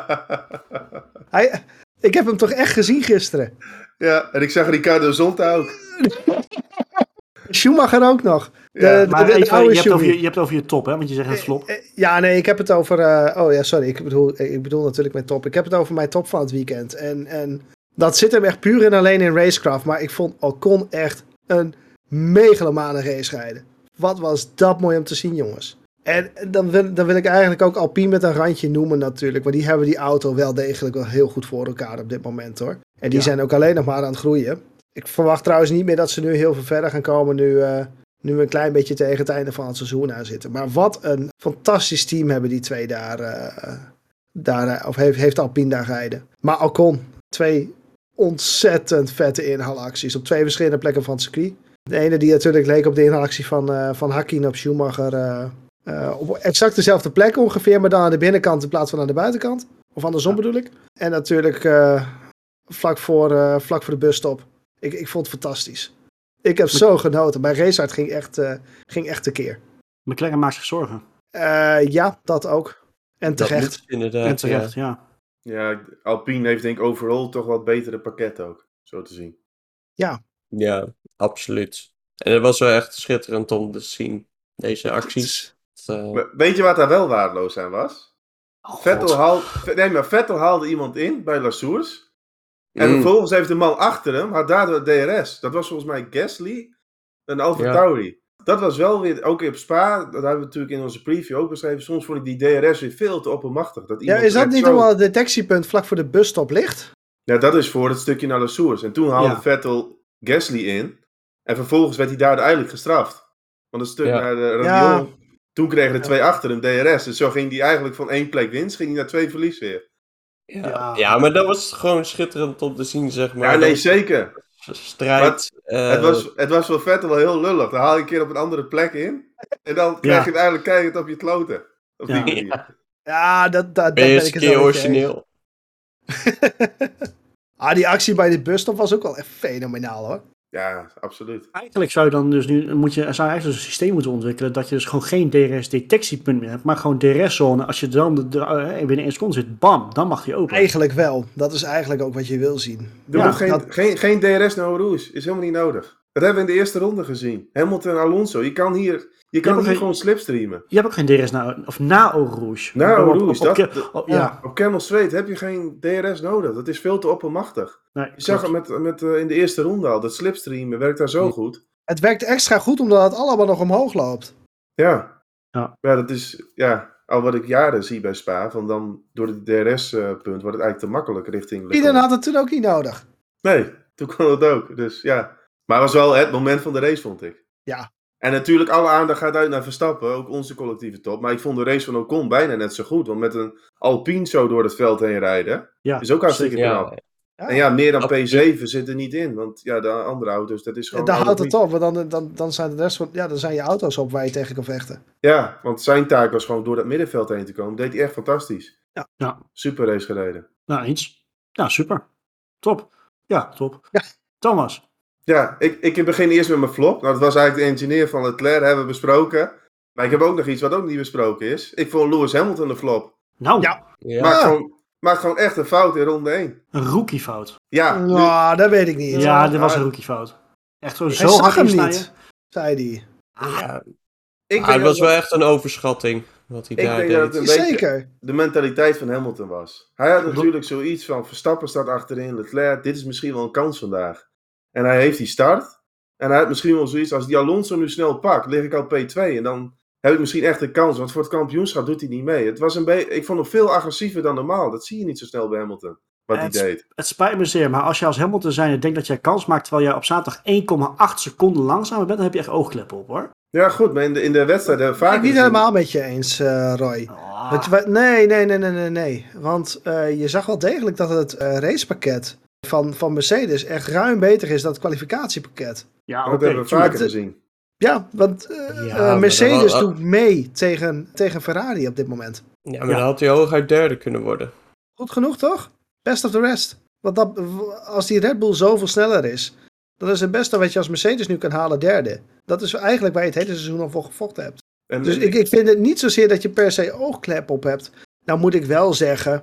Ik heb hem toch echt gezien gisteren. Ja, en ik zag Ricardo Zonta ook. Schumacher ook nog. Ja, Maar de even, oude je hebt Schumi. het over je top, hè? Want je zegt het flop. Ja, nee, ik heb het over... sorry. Ik bedoel natuurlijk mijn top. Ik heb het over mijn top van het weekend. En dat zit hem echt puur en alleen in racecraft. Maar ik vond Ocon echt een megalomane race rijden. Wat was dat mooi om te zien, jongens. En dan wil ik eigenlijk ook Alpine met een randje noemen natuurlijk. Want die hebben die auto wel degelijk wel heel goed voor elkaar op dit moment, hoor. En die zijn ook alleen nog maar aan het groeien. Ik verwacht trouwens niet meer dat ze nu heel veel verder gaan komen nu we een klein beetje tegen het einde van het seizoen aan zitten. Maar wat een fantastisch team hebben die twee heeft Alpine daar rijden. Maar Ocon, 2 ontzettend vette inhaalacties op 2 verschillende plekken van het circuit. De ene die natuurlijk leek op de inhaalactie van Hakkinen op Schumacher. Op exact dezelfde plek ongeveer, maar dan aan de binnenkant in plaats van aan de buitenkant. Of andersom bedoel ik. En natuurlijk vlak voor de busstop. Ik vond het fantastisch. Ik heb zo genoten. Mijn racehart ging echt tekeer. McLaren maakt zich zorgen. Ja, dat ook. En Dat terecht. moet inderdaad. En terecht, ja. Ja, Alpine heeft denk ik overal toch wat betere pakket ook. Zo te zien. Ja, absoluut. En het was wel echt schitterend om te zien, deze acties. Maar weet je wat daar wel waardeloos aan was? Oh, Vettel haalde iemand in bij La Source. En vervolgens heeft de man achter hem, had daardoor DRS. Dat was volgens mij Gasly en AlphaTauri. Dat was wel weer, ook op Spa, dat hebben we natuurlijk in onze preview ook beschreven. Soms vond ik die DRS weer veel te oppermachtig. Is dat niet omdat het detectiepunt vlak voor de busstop ligt? Ja, dat is voor het stukje naar La Source. En toen haalde Vettel Gasly in. En vervolgens werd hij daar eigenlijk gestraft. Want een stuk naar de radion. Toen kregen de 2 achter hem DRS. Dus zo ging hij eigenlijk van 1 plek winst, ging hij naar 2 verlies weer. Ja, maar dat was gewoon schitterend om te zien, zeg maar. Ja, nee, zeker. Strijd. Het was voor Vettel wel heel lullig. Dan haal je een keer op een andere plek in. En dan krijg je het eigenlijk keihard op je kloten. Op die manier. Ja, dat ben ben je ik het keer wel origineel. Die actie bij de busstop was ook wel echt fenomenaal, hoor. Ja, absoluut. Eigenlijk zou je dan dus nu, zou eigenlijk een systeem moeten ontwikkelen dat je dus gewoon geen DRS-detectiepunt meer hebt, maar gewoon DRS-zone. Als je dan binnen 1 seconde zit, bam, dan mag die open. Eigenlijk wel. Dat is eigenlijk ook wat je wil zien. Er moet geen DRS naar Rouge. Is helemaal niet nodig. Dat hebben we in de eerste ronde gezien. Hamilton en Alonso. Je kan hier gewoon slipstreamen. Je hebt ook geen DRS na Eau Rouge. Na Eau Rouge. Ja. Op Camel Straight heb je geen DRS nodig. Dat is veel te oppermachtig. Nee, Je zag het in de eerste ronde al. Dat slipstreamen werkt daar zo goed. Het werkt extra goed omdat het allemaal nog omhoog loopt. Ja. Ja. Ja, dat is al wat ik jaren zie bij Spa. Van dan door het DRS-punt wordt het eigenlijk te makkelijk richting Leclerc. Iedereen had het toen ook niet nodig. Nee, toen kon het ook. Dus ja. Maar het was wel het moment van de race, vond ik. Ja. En natuurlijk, alle aandacht gaat uit naar Verstappen. Ook onze collectieve top. Maar ik vond de race van Ocon bijna net zo goed. Want met een Alpine zo door het veld heen rijden. Ja, Is ook hartstikke knap. Ja. En ja, meer dan Absoluut. P7 zit er niet in. Want ja, de andere auto's, dat is gewoon... Daar houdt oude het op, want dan zijn de rest van, dan zijn je auto's op waar je tegen kan vechten. Ja, want zijn taak was gewoon door dat middenveld heen te komen. Deed hij echt fantastisch. Ja. Super race gereden. Nou, eens. Ja, super. Top. Ja, top. Ja. Thomas. Ja, ik begin eerst met mijn flop. Nou, dat was eigenlijk de engineer van Leclerc, hebben we besproken. Maar ik heb ook nog iets wat ook niet besproken is. Ik vond Lewis Hamilton een flop. Nou, Ja. Ja. Maakt gewoon echt een fout in ronde 1. een rookiefout. Ja, nu- Nou, dat weet ik niet. Ja, dit was maar- een rookiefout. Echt zo Hij hard zag hem insnijden. niet, zei hij. Ja. ik Het denk was dat- wel echt een overschatting wat hij Ik daar denk dat deed. het een beetje Zeker. de mentaliteit van Hamilton was. Hij had natuurlijk zoiets van Verstappen staat achterin, Leclerc, dit is misschien wel een kans vandaag. En hij heeft die start. En hij had misschien wel zoiets, als die Alonso nu snel pakt, lig ik al P2 en dan heb ik misschien echt een kans. Want voor het kampioenschap doet hij niet mee. Het was ik vond hem veel agressiever dan normaal. Dat zie je niet zo snel bij Hamilton, wat hij Het- deed. Het spijt me zeer, maar als je als Hamilton zijnde denkt dat jij kans maakt terwijl jij op zaterdag 1,8 seconden langzamer bent, dan heb je echt oogkleppen op, hoor. Ja goed, maar in de wedstrijd hebben we Ik vaak ben niet helemaal met je eens, Roy. Nee. Want je zag wel degelijk dat het racepakket van Mercedes echt ruim beter is dan het kwalificatiepakket. Ja, Dat oké. hebben we tuurlijk. vaker gezien. Ja, want maar Mercedes dan wel- doet mee tegen Ferrari op dit moment. Ja, maar Ja. dan had hij hooguit derde kunnen worden. Goed genoeg, toch? Best of the rest. Want als die Red Bull zoveel sneller is, dan is het beste wat je als Mercedes nu kan halen derde. Dat is eigenlijk waar je het hele seizoen al voor gevochten hebt. En, Dus ik vind het niet zozeer dat je per se oogklep op hebt. Nou moet ik wel zeggen,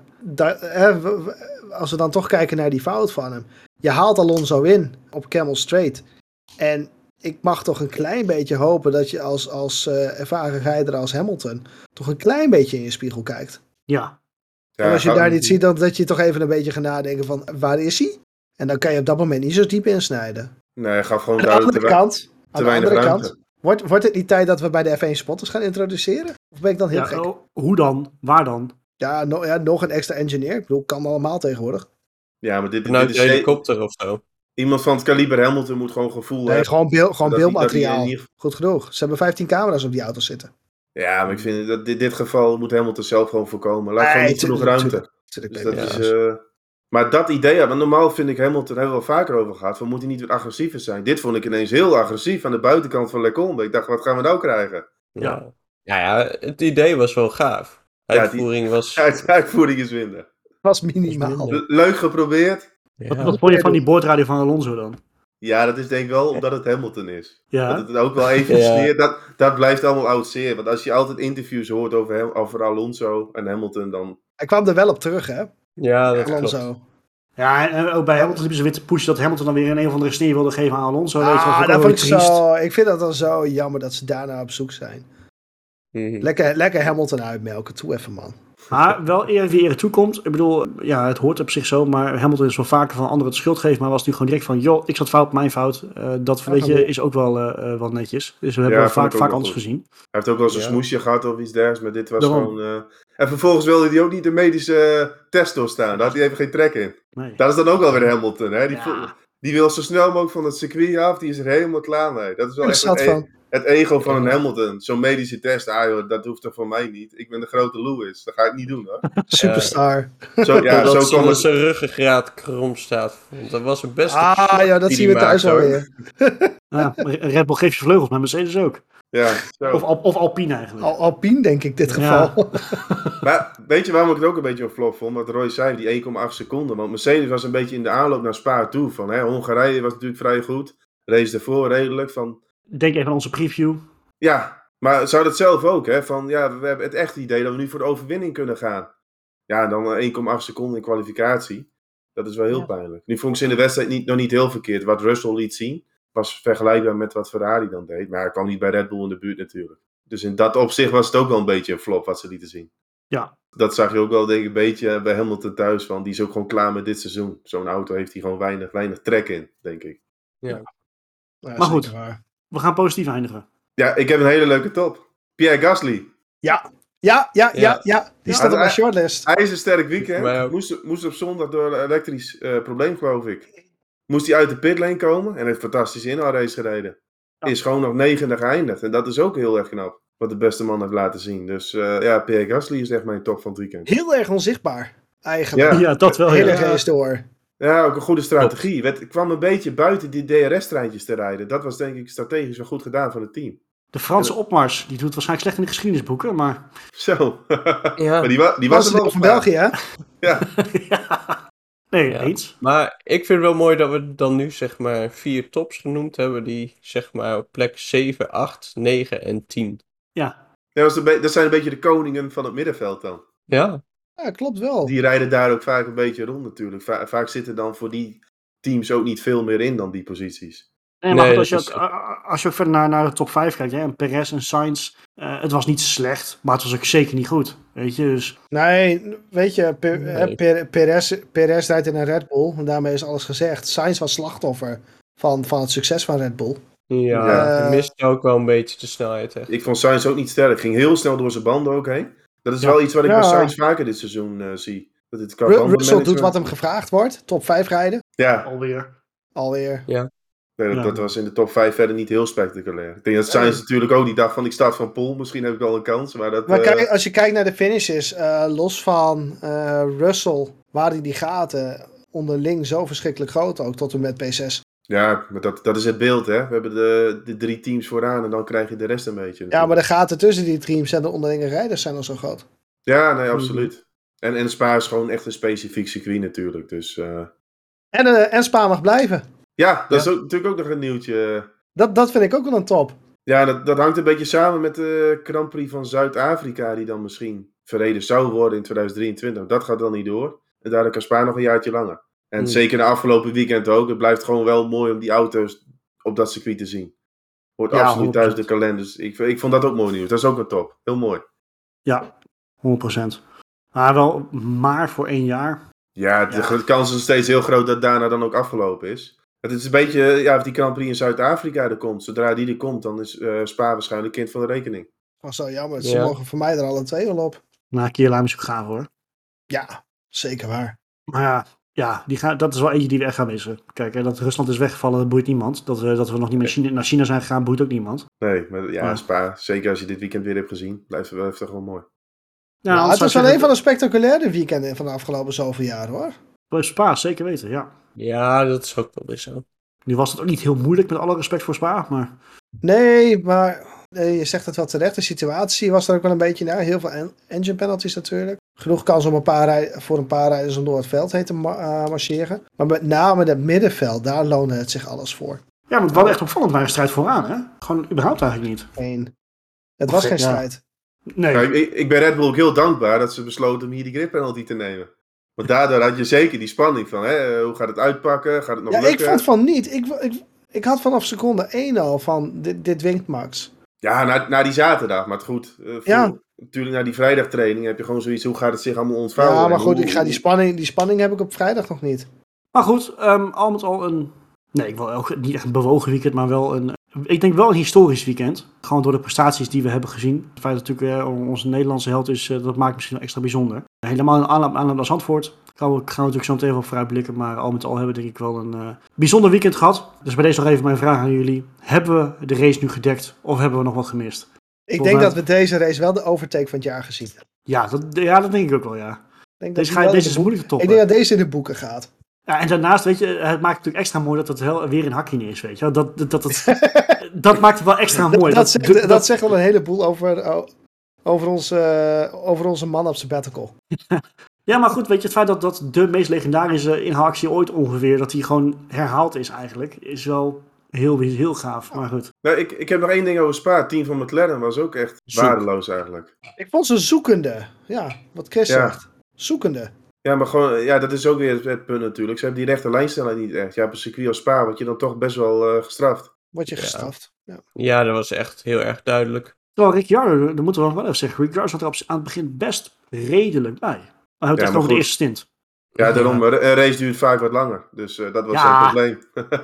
als we dan toch kijken naar die fout van hem. Je haalt Alonso in op Camel Straight. En ik mag toch een klein beetje hopen dat je als ervaren rijder als Hamilton toch een klein beetje in je spiegel kijkt. Ja, ja, En als je gaat- daar niet ziet, dan dat je toch even een beetje gaat nadenken van waar is hij? En dan kan je op dat moment niet zo diep insnijden. Nee, hij gaf gewoon Aan de duidelijk andere kant, weinig ruimte. wordt het niet tijd dat we bij de F1 spotters gaan introduceren? Of ben ik dan heel ja gek? hoe dan? Waar dan? Ja, nog een extra engineer. Ik bedoel, kan allemaal tegenwoordig. Ja, maar dit Vanuit is de helikopter of zo. iemand van het kaliber Hamilton moet gewoon gevoel Nee, hebben. gewoon Dat hij beeldmateriaal. in ieder- Goed genoeg. Ze hebben 15 camera's op die auto's zitten. Ja, maar ik vind dat dit geval moet Hamilton zelf gewoon voorkomen. Laat gewoon niet genoeg ruimte. Dus dat Ja, is, maar dat idee, want normaal vind ik Hamilton, hebben we wel vaker over gehad, van moet hij niet wat agressiever zijn. Dit vond ik ineens heel agressief aan de buitenkant van Lecombe. Ik dacht, wat gaan we nou krijgen? Ja, het idee was wel gaaf. Ja, Uitvoering was... Uitvoering is minder. Was minimaal. Leuk geprobeerd. Wat Ja. vond je van die boordradio van Alonso dan? Ja, dat is denk ik wel omdat het Hamilton is. Ja. Dat het ook wel even Ja. sneer, dat blijft allemaal oud zeer. Want als je altijd interviews hoort over Alonso en Hamilton, dan... Hij kwam er wel op terug, hè? Ja, dat klopt. Alonso. Ja, en ook bij Hamilton liepen ze weer te pushen dat Hamilton dan weer een of andere sneer wilde geven aan Alonso. Weet je, Ah, ook dat wel vond ik weer triest. zo. Ik vind dat dan zo jammer dat ze daarna op zoek zijn. Mhm. Lekker Hamilton uitmelken. Toe even, man. Maar wel eer wie eer toekomt. Ik bedoel, ja, het hoort op zich zo. Maar Hamilton is wel vaker van anderen het schuld geven. Maar was nu gewoon direct van, joh, ik zat fout, mijn fout. Dat weet je, is ook wel netjes. Dus we hebben Ja, wel vond ik ook vaak wel anders goed. gezien. Hij heeft ook wel eens een Ja. smoesje gehad of iets dergelijks, maar dit was Daarom. gewoon... En vervolgens wilde hij ook niet de medische test doorstaan. Daar had hij even geen trek in. Nee. Dat is dan ook wel weer Hamilton, hè? Ja. Die wil zo snel mogelijk van het circuit af, die is er helemaal klaar mee. Dat is wel Er echt zat van. het ego van een Ja. Hamilton. Zo'n medische test, joh, dat hoeft toch voor mij niet. Ik ben de grote Lewis, dat ga ik niet doen, hoor. Superstar. Zo, ja, Totdat zo kwam het... zijn ruggengraat krom staat. Want dat was een beste Ah, shot ja, dat die zien we hij thuis maakte, wel hoor. weer. Ja, Red Bull geeft je vleugels, maar Mercedes ook. Ja, zo. Of Alpine eigenlijk. Alpine, denk ik, dit Ja. geval. Maar weet je waarom ik het ook een beetje een flop vond? Wat Roy zei, die 1,8 seconden. Want Mercedes was een beetje in de aanloop naar Spa toe. Van, hè, Hongarije was natuurlijk vrij goed. Race ervoor redelijk. Van, Denk even aan onze preview. ja, maar ze hadden het zelf ook. Hè, van, ja, we hebben het echt idee dat we nu voor de overwinning kunnen gaan. Ja, dan 1,8 seconden in kwalificatie. Dat is wel heel Ja. pijnlijk. Nu vond ik ze in de wedstrijd nog niet heel verkeerd. Wat Russell liet zien, was vergelijkbaar met wat Ferrari dan deed. Maar hij kwam niet bij Red Bull in de buurt natuurlijk. Dus in dat opzicht was het ook wel een beetje een flop wat ze lieten zien. Ja. Dat zag je ook wel denk ik een beetje bij Hamilton thuis. Van, die is ook gewoon klaar met dit seizoen. Zo'n auto heeft hij gewoon weinig trek in, denk ik. Ja, Maar goed. zeker waar. We gaan positief eindigen. Ja, ik heb een hele leuke top. Pierre Gasly. Ja. Die staat op mijn shortlist. Hij is een sterk weekend. Voor mij ook. Moest op zondag door een elektrisch probleem, geloof ik. Moest hij uit de pitlane komen en heeft fantastische inhaalrace gereden. Ja. Is gewoon nog 9e geëindigd. En dat is ook heel erg knap. Wat de beste man heeft laten zien. Dus ja, Pierre Gasly is echt mijn top van het weekend. Heel erg onzichtbaar, eigenlijk. Ja. Ja, dat wel. Hele Ja. race door. Ja, ook een goede strategie. Het kwam een beetje buiten die DRS-treintjes te rijden. Dat was denk ik strategisch wel goed gedaan van het team. De Franse opmars, die doet waarschijnlijk slecht in de geschiedenisboeken, maar... Zo. Ja. Maar die was er wel van België, hè? Ja. Nee, Ja. eens. Maar ik vind het wel mooi dat we dan nu zeg maar 4 tops genoemd hebben die zeg maar op plek 7, 8, 9 en 10. Ja. Ja, dat zijn een beetje de koningen van het middenveld dan. Ja, Ja, klopt wel. Die rijden daar ook vaak een beetje rond natuurlijk. Vaak zitten dan voor die teams ook niet veel meer in dan die posities. Nee, maar Nee, goed, dat als je ook verder naar de top 5 kijkt, hè, en Perez en Sainz, het was niet slecht, maar het was ook zeker niet goed. Weet je, dus... Nee, weet je, Nee. Perez rijdt in een Red Bull. En daarmee is alles gezegd. Sainz was slachtoffer van het succes van Red Bull. ja, hij miste ook wel een beetje de snelheid. Hè. Ik vond Sainz ook niet sterk. Ging heel snel door zijn banden ook heen. Dat is wel iets wat ik bij Sainz vaker dit seizoen zie. Dat het qua Russell doet wat hem gevraagd wordt. Top 5 rijden. Ja, Alweer. nee, dat was in de top 5 verder niet heel spectaculair. Ik denk dat Sainz natuurlijk ook die dacht van ik start van Pol. Misschien heb ik wel een kans. Maar kijk, als je kijkt naar de finishes, los van Russell, waren die gaten onderling zo verschrikkelijk groot ook tot en met P6. Ja, maar dat is het beeld, hè. We hebben de 3 teams vooraan en dan krijg je de rest een beetje. Natuurlijk. Ja, maar de gaten tussen die teams en de onderlinge rijders zijn al zo groot. Ja, nee, absoluut. En Spa is gewoon echt een specifiek circuit natuurlijk. Dus, En Spa mag blijven. ja, dat is natuurlijk ook nog een nieuwtje. Dat vind ik ook wel een top. Ja, dat hangt een beetje samen met de Grand Prix van Zuid-Afrika, die dan misschien verreden zou worden in 2023. Dat gaat dan niet door. En daardoor kan Spa nog een jaartje langer. En zeker de afgelopen weekend ook. Het blijft gewoon wel mooi om die auto's op dat circuit te zien. Hoort absoluut 100%. thuis de kalenders. Ik vond dat ook mooi nieuws. Dat is ook een top. Heel mooi. Ja, 100%. Maar wel maar voor 1 jaar. Ja, de kans is nog steeds heel groot dat daarna dan ook afgelopen is. Het is een beetje, ja, of die Grand Prix in Zuid-Afrika er komt. Zodra die er komt, dan is Spa waarschijnlijk kind van de rekening. Was zo jammer. Ze mogen voor mij er alle 2 wel op. Nou, Kierlaam is ook gaaf hoor. Ja, zeker waar. Maar ja dat is wel eentje die we echt gaan missen. Kijk, dat Rusland is weggevallen, dat boeit niemand. Dat we nog niet meer naar China zijn gegaan, boeit ook niemand. Nee, maar ja, Spa, zeker als je dit weekend weer hebt gezien, blijft toch wel mooi. Ja, het was wel een van de spectaculaire weekenden van de afgelopen zoveel jaar hoor. Spa, zeker weten, ja. Ja, dat is ook wel weer zo. Nu was het ook niet heel moeilijk, met alle respect voor Spa, maar... Nee, maar je zegt het wel terecht. De situatie was er ook wel een beetje naar. Heel veel engine penalties natuurlijk. Genoeg kans om voor een paar rijders om door het veld heen te marcheren. Maar met name het middenveld, daar loonde het zich alles voor. Ja, maar het was echt opvallend bij een strijd vooraan, hè? Gewoon überhaupt eigenlijk niet. Het was geen strijd. Nee. Nou, ik ben Red Bull ook heel dankbaar dat ze besloten om hier die grip penalty te nemen. Want daardoor had je zeker die spanning van, hoe gaat het uitpakken? Gaat het nog lukken? Ik vond van niet. Ik had vanaf seconde 1 al van, dit winkt Max. Ja, na die zaterdag, maar het goed. Natuurlijk na die vrijdagtraining heb je gewoon zoiets, hoe gaat het zich allemaal ontvouwen? Ja, maar goed, die spanning heb ik op vrijdag nog niet. Maar goed, al met al ik wil ook niet echt een bewogen weekend, maar wel ik denk wel een historisch weekend. Gewoon door de prestaties die we hebben gezien. Het feit dat natuurlijk onze Nederlandse held is, dat maakt misschien wel extra bijzonder. Helemaal in aanloop naar Zandvoort gaan we natuurlijk zo meteen even op vooruitblikken. Maar al met al hebben we denk ik wel een bijzonder weekend gehad. Dus bij deze nog even mijn vraag aan jullie. Hebben we de race nu gedekt of hebben we nog wat gemist? Ik denk dat we deze race wel de overtake van het jaar gezien hebben. Ja, dat denk ik ook wel, ja. Deze is moeilijk te toppen. Ik denk dat deze in de boeken gaat. Ja, en daarnaast, weet je, het maakt het natuurlijk extra mooi dat het weer in hakje is, weet je. Dat maakt het wel extra mooi. Dat zegt wel een heleboel over onze man op sabbatical. Ja, maar goed, weet je, het feit dat de meest legendarische inhaalactie ooit ongeveer, dat die gewoon herhaald is eigenlijk, is wel heel gaaf, maar goed. Nou, ik heb nog 1 ding over Spa. Het team van McLaren was ook echt waardeloos eigenlijk. Ik vond ze zoekende. Ja, wat Chris zegt. Zoekende. Ja, maar gewoon, dat is ook weer het punt natuurlijk. Ze hebben die rechte lijnsnelheid niet echt. Ja, op een circuit als Spa word je dan toch best wel gestraft. Word je gestraft. Ja, dat was echt heel erg duidelijk. Terwijl Ricciardo, dat moeten we nog wel even zeggen, Ricciardo zat er aan het begin best redelijk bij. Maar hij had echt over de eerste stint. Ja, daarom, een race duurt vaak wat langer. Dus dat was zijn probleem.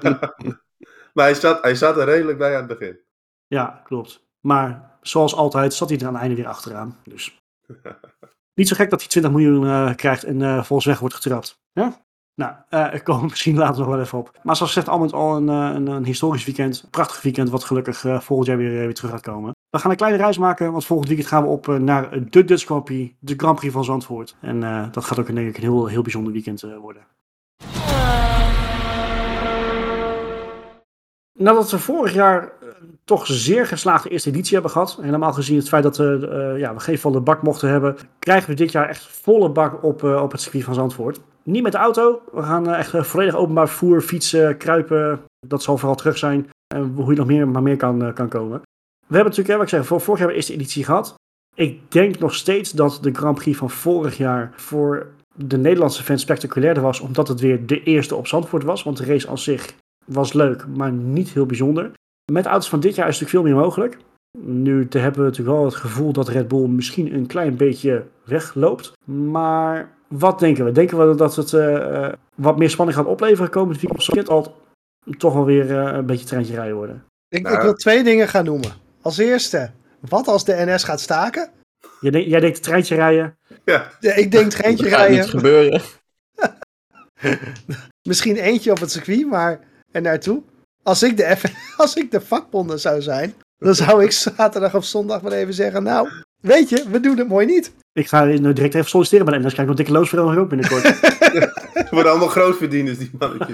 Maar hij zat er redelijk bij aan het begin. Ja, klopt. Maar zoals altijd zat hij er aan het einde weer achteraan. Dus niet zo gek dat hij 20 miljoen krijgt en volgens weg wordt getrapt. Ja? Nou, er komen misschien later nog wel even op. Maar zoals gezegd, al met al een historisch weekend. Een prachtig weekend wat gelukkig volgend jaar weer terug gaat komen. We gaan een kleine reis maken, want volgend weekend gaan we op naar de Dutch Grand Prix, de Grand Prix van Zandvoort. En dat gaat ook denk ik een heel bijzonder weekend worden. Nadat we vorig jaar toch zeer geslaagde eerste editie hebben gehad, helemaal gezien het feit dat we geen volle bak mochten hebben, krijgen we dit jaar echt volle bak op het circuit van Zandvoort. Niet met de auto, we gaan echt volledig openbaar vervoer, fietsen, kruipen, dat zal vooral terug zijn. En hoe je nog meer kan komen. We hebben natuurlijk, wat ik zeg, vorig jaar de eerste editie gehad. Ik denk nog steeds dat de Grand Prix van vorig jaar voor de Nederlandse fans spectaculairder was, omdat het weer de eerste op Zandvoort was, want de race aan zich was leuk, maar niet heel bijzonder. Met auto's van dit jaar is natuurlijk veel meer mogelijk. Nu hebben we natuurlijk wel het gevoel dat Red Bull misschien een klein beetje wegloopt. Maar wat denken we? Denken we dat het wat meer spanning gaat opleveren komend weekend? Of zal het al toch wel weer een beetje treintje rijden worden? Ik wil 2 dingen gaan noemen. Als eerste, wat als de NS gaat staken? Jij denkt treintje rijden? Ja. Ik denk treintje Dat gaat rijden. niet gebeuren. Misschien eentje op het circuit, maar er naartoe. Als ik de vakbonden zou zijn, dan zou ik zaterdag of zondag maar even zeggen, nou, weet je, we doen het mooi niet. Ik ga nu direct even solliciteren bij de NS. Kijk, want dikke loonsverhoging ook binnenkort. Het worden allemaal grootverdieners, die mannetjes.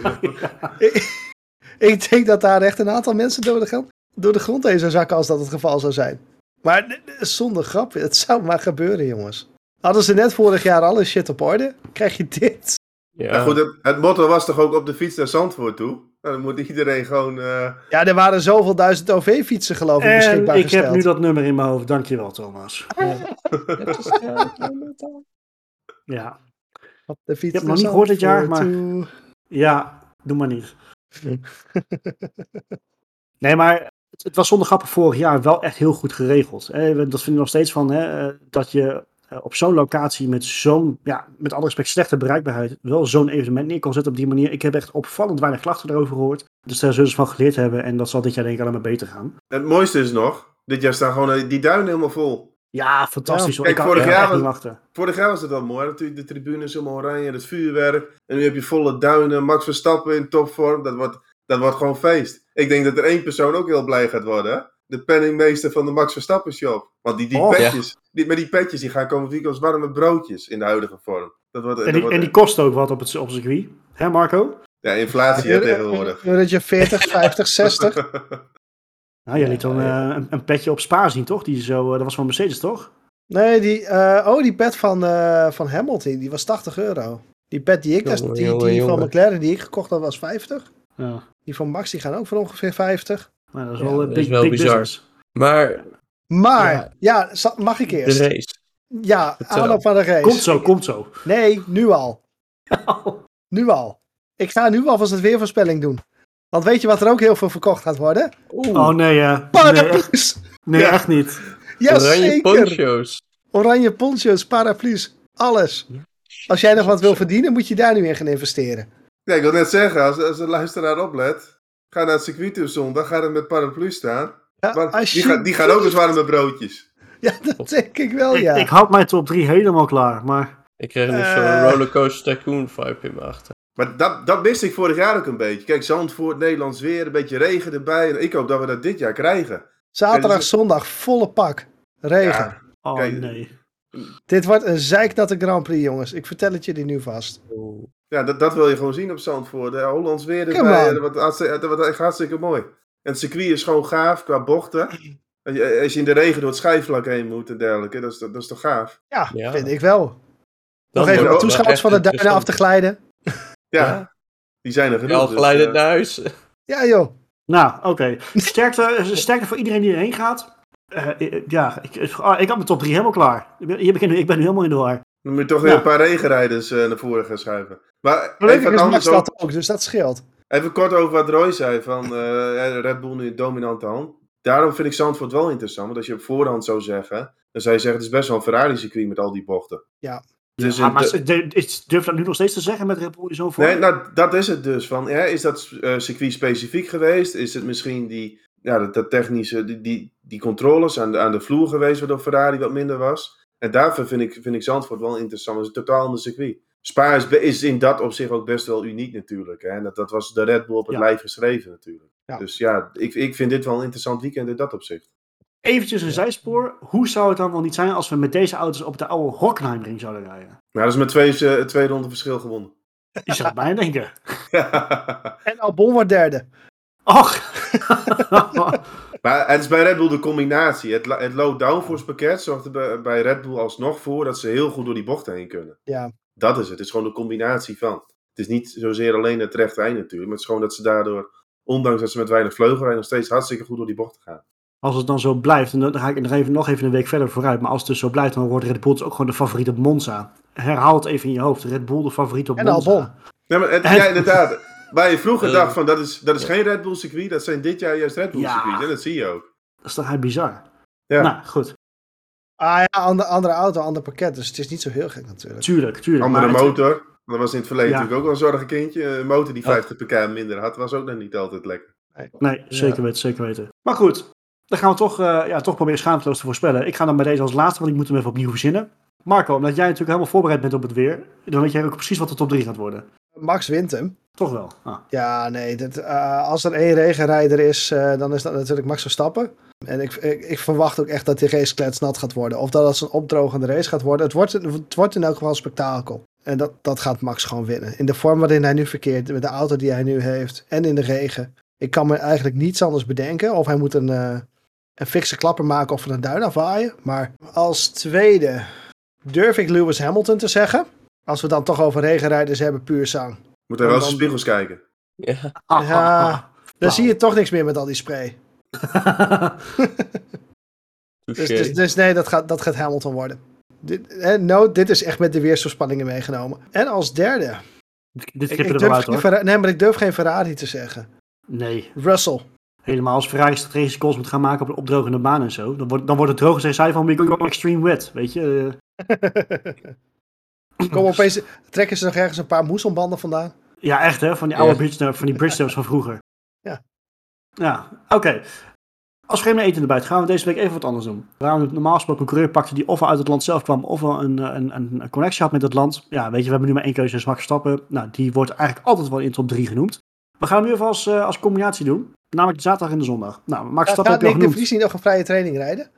Ik denk dat daar echt een aantal mensen door de grond heen zou zakken als dat het geval zou zijn. Maar zonder grapje, het zou maar gebeuren, jongens. Hadden ze net vorig jaar alle shit op orde, krijg je dit. Ja. Maar goed, het motto was toch ook op de fiets naar Zandvoort toe? Nou, dan moet iedereen gewoon... Ja, er waren zoveel duizend OV-fietsen geloof ik En beschikbaar ik gesteld. heb nu dat nummer in mijn hoofd. Dankjewel, Thomas. Ja. Op de fiets Ik heb naar nog niet gehoord dit jaar, Zandvoort maar- toe. Ja, doe maar niet. Nee, maar het was zonder grappen vorig jaar wel echt heel goed geregeld. Dat vinden we nog steeds van, dat je op zo'n locatie met zo'n, met alle respect slechte bereikbaarheid, wel zo'n evenement neer kan zetten op die manier. Ik heb echt opvallend weinig klachten erover gehoord. Dus daar zullen ze van geleerd hebben en dat zal dit jaar denk ik alleen maar beter gaan. Het mooiste is nog, dit jaar staan gewoon die duinen helemaal vol. Ja, fantastisch. Ja. hoor. Kijk, Ik kan echt was- niet wachten. Vorig jaar was het wel mooi, natuurlijk de tribunes helemaal oranje, het vuurwerk. En nu heb je volle duinen, Max Verstappen in topvorm. Dat wordt gewoon feest. Ik denk dat er 1 persoon ook heel blij gaat worden, hè? De penningmeester van de Max Verstappen Shop. Want die Oh, petjes, met die petjes, die gaan komend weekend als warme broodjes in de huidige vorm. En die kost ook wat op het circuit. Hè, Marco? Ja, inflatie hè, tegenwoordig. Eurotje 40, 50, 60. Nou, jij liet dan een petje op Spa zien, toch? Dat was van Mercedes, toch? Nee, die pet van Hamilton, die was €80. Die pet die ik, die van McLaren die ik gekocht had, was 50. Ja. Die van Max, die gaan ook voor ongeveer 50. Maar dat is Ja, wel dat big, is wel big bizar. business. Maar Maar, mag ik de eerst? race. Ja, Vertel. aanloop van de race. Komt zo. Nee, nu al. Nu al. Ik ga nu alvast het weervoorspelling doen. Want weet je wat er ook heel veel verkocht gaat worden? Oh nee, Paraplu's! nee, Ja. echt niet. Ja, Oranje zeker. poncho's. Oranje poncho's, paraplu's, alles. Als jij nog wat wil verdienen, moet je daar nu in gaan investeren. Ja, ik wil net zeggen, als de luisteraar oplet, ga naar het circuit toe zondag, ga er met paraplu staan. Ja, Maar als die gaan ook eens warme broodjes. Ja, dat denk ik wel, ja. Ik had mijn top 3 helemaal klaar, maar... Ik kreeg nu zo'n rollercoaster tycoon vibe in mijn achter. Maar dat miste ik vorig jaar ook een beetje. Kijk, Zandvoort, Nederlands weer, een beetje regen erbij. En ik hoop dat we dat dit jaar krijgen. Zaterdag, dus- zondag, volle pak. Regen. Ja, Oh Kijk, nee. Dit wordt een zeiknatte Grand Prix, jongens. Ik vertel het jullie nu vast. ja dat wil je gewoon zien op Zandvoort. Hollands weer Come erbij. on. Dat wordt echt hartstikke mooi. En het circuit is gewoon gaaf qua bochten. Als je in de regen door het schijfvlak heen moet en dergelijke, dat is toch gaaf? Ja, Ja. vind ik wel. Dan Nog even wordt de het toeschouwers van de duinen af te glijden. Ja, die zijn er genoeg. al dus, geleidend naar huis. Ja, joh. Nou, oké. Sterkte voor iedereen die erheen gaat. Ik had mijn top 3 helemaal klaar. Ik ben nu helemaal in de war. Dan moet je toch weer Ja. een paar regenrijders naar voren gaan schuiven. Maar Gelukkig even, is anders Max dat ook, dus dat scheelt. even kort over wat Roy zei van Red Bull nu een dominante hand. Daarom vind ik Zandvoort wel interessant. Want als je op voorhand zou zeggen, dan zou je zeggen het is best wel een Ferrari-circuit met al die bochten. Ja. Dus Ja, maar durf dat nu nog steeds te zeggen met Red Bull in zo'n vorm? nee, nou, dat is het dus. Van, is dat circuit specifiek geweest? Is het misschien dat technische, die controles aan de vloer geweest, waardoor Ferrari wat minder was? En daarvoor vind ik Zandvoort wel interessant. Het is een totaal ander circuit. Spa is in dat opzicht ook best wel uniek natuurlijk. Hè? En dat was de Red Bull op het lijf geschreven natuurlijk. Ja. Dus ja, ik vind dit wel een interessant weekend in dat opzicht. Eventjes een zijspoor. Hoe zou het dan wel niet zijn als we met deze auto's op de oude Hockenheimring zouden rijden? Maar dat is met twee ronden verschil gewonnen. Je zou het bijna denken. En Albon wordt derde. Och. Maar het is bij Red Bull de combinatie. Het low downforce pakket zorgt er bij Red Bull alsnog voor dat ze heel goed door die bochten heen kunnen. Ja. Dat is het. Het is gewoon de combinatie van. Het is niet zozeer alleen het rechte eind natuurlijk. Maar het is gewoon dat ze daardoor, ondanks dat ze met weinig vleugel rijden, nog steeds hartstikke goed door die bochten gaan. Als het dan zo blijft, en dan ga ik er nog even een week verder vooruit. Maar als het dus zo blijft, dan wordt Red Bull dus ook gewoon de favoriet op Monza. Herhaal het even in je hoofd. Red Bull de favoriet op En Monza. Albon. Ja, maar ja, inderdaad. Waar je vroeger dacht van dat is geen Red Bull circuit. Dat zijn dit jaar juist Red Bull circuits. En dat zie je ook. Dat is toch heel bizar. Ja. Nou, goed. Ah ja, andere auto, ander pakket. Dus het is niet zo heel gek natuurlijk. Tuurlijk. Andere Maar motor. Dat was in het verleden Ja. natuurlijk ook wel een zorgenkindje. Een motor die 50 pk minder had, was ook nog niet altijd lekker. Nee, zeker weten. Maar goed, dan gaan we toch proberen schaamteloos te voorspellen. Ik ga dan bij deze als laatste, want ik moet hem even opnieuw verzinnen. Marco, omdat jij natuurlijk helemaal voorbereid bent op het weer, dan weet jij ook precies wat de top 3 gaat worden. Max wint hem. Toch wel. Ah. Ja, nee. Als er één regenrijder is, dan is dat natuurlijk Max Verstappen. En ik verwacht ook echt dat die race kletsnat gaat worden. Of dat het een opdrogende race gaat worden. Het wordt in elk geval een spektakel. En dat gaat Max gewoon winnen. In de vorm waarin hij nu verkeert, met de auto die hij nu heeft. En in de regen. Ik kan me eigenlijk niets anders bedenken. Of hij moet een fikse klapper maken of van een duin afwaaien. Maar als tweede durf ik Lewis Hamilton te zeggen. Als we dan toch over regenrijders hebben, puur zang. Moet hij wel eens in spiegels kijken. Ja. Ja, dan zie je toch niks meer met al die spray. Dus nee, dat gaat Hamilton worden. Dit is echt met de weersvoorspanningen meegenomen. En als derde. Dit knippen er wel uit, hoor. Maar ik durf geen Ferrari te zeggen. Nee. Russell. Helemaal als Ferrari strategische calls moet gaan maken op een opdrogende baan en zo. Dan wordt het droog en zij van we go extreme wet. Weet je. Kom opeens, trekken ze nog ergens een paar moesselbanden vandaan? Ja, echt hè. Van die oude bridge van vroeger. Ja. Ja, oké. Als we geen eten erbij gaan we deze week even wat anders doen. We gaan normaal gesproken een coureur pakken die of uit het land zelf kwam of een connectie had met het land. Ja, weet je, we hebben nu maar één keuze, dus Max Verstappen. Nou, die wordt eigenlijk altijd wel in top 3 genoemd. We gaan hem nu even als combinatie doen. Namelijk de zaterdag en de zondag. Nou, Max Verstappen heb je al Nick de genoemd. Vries niet nog een vrije training rijden?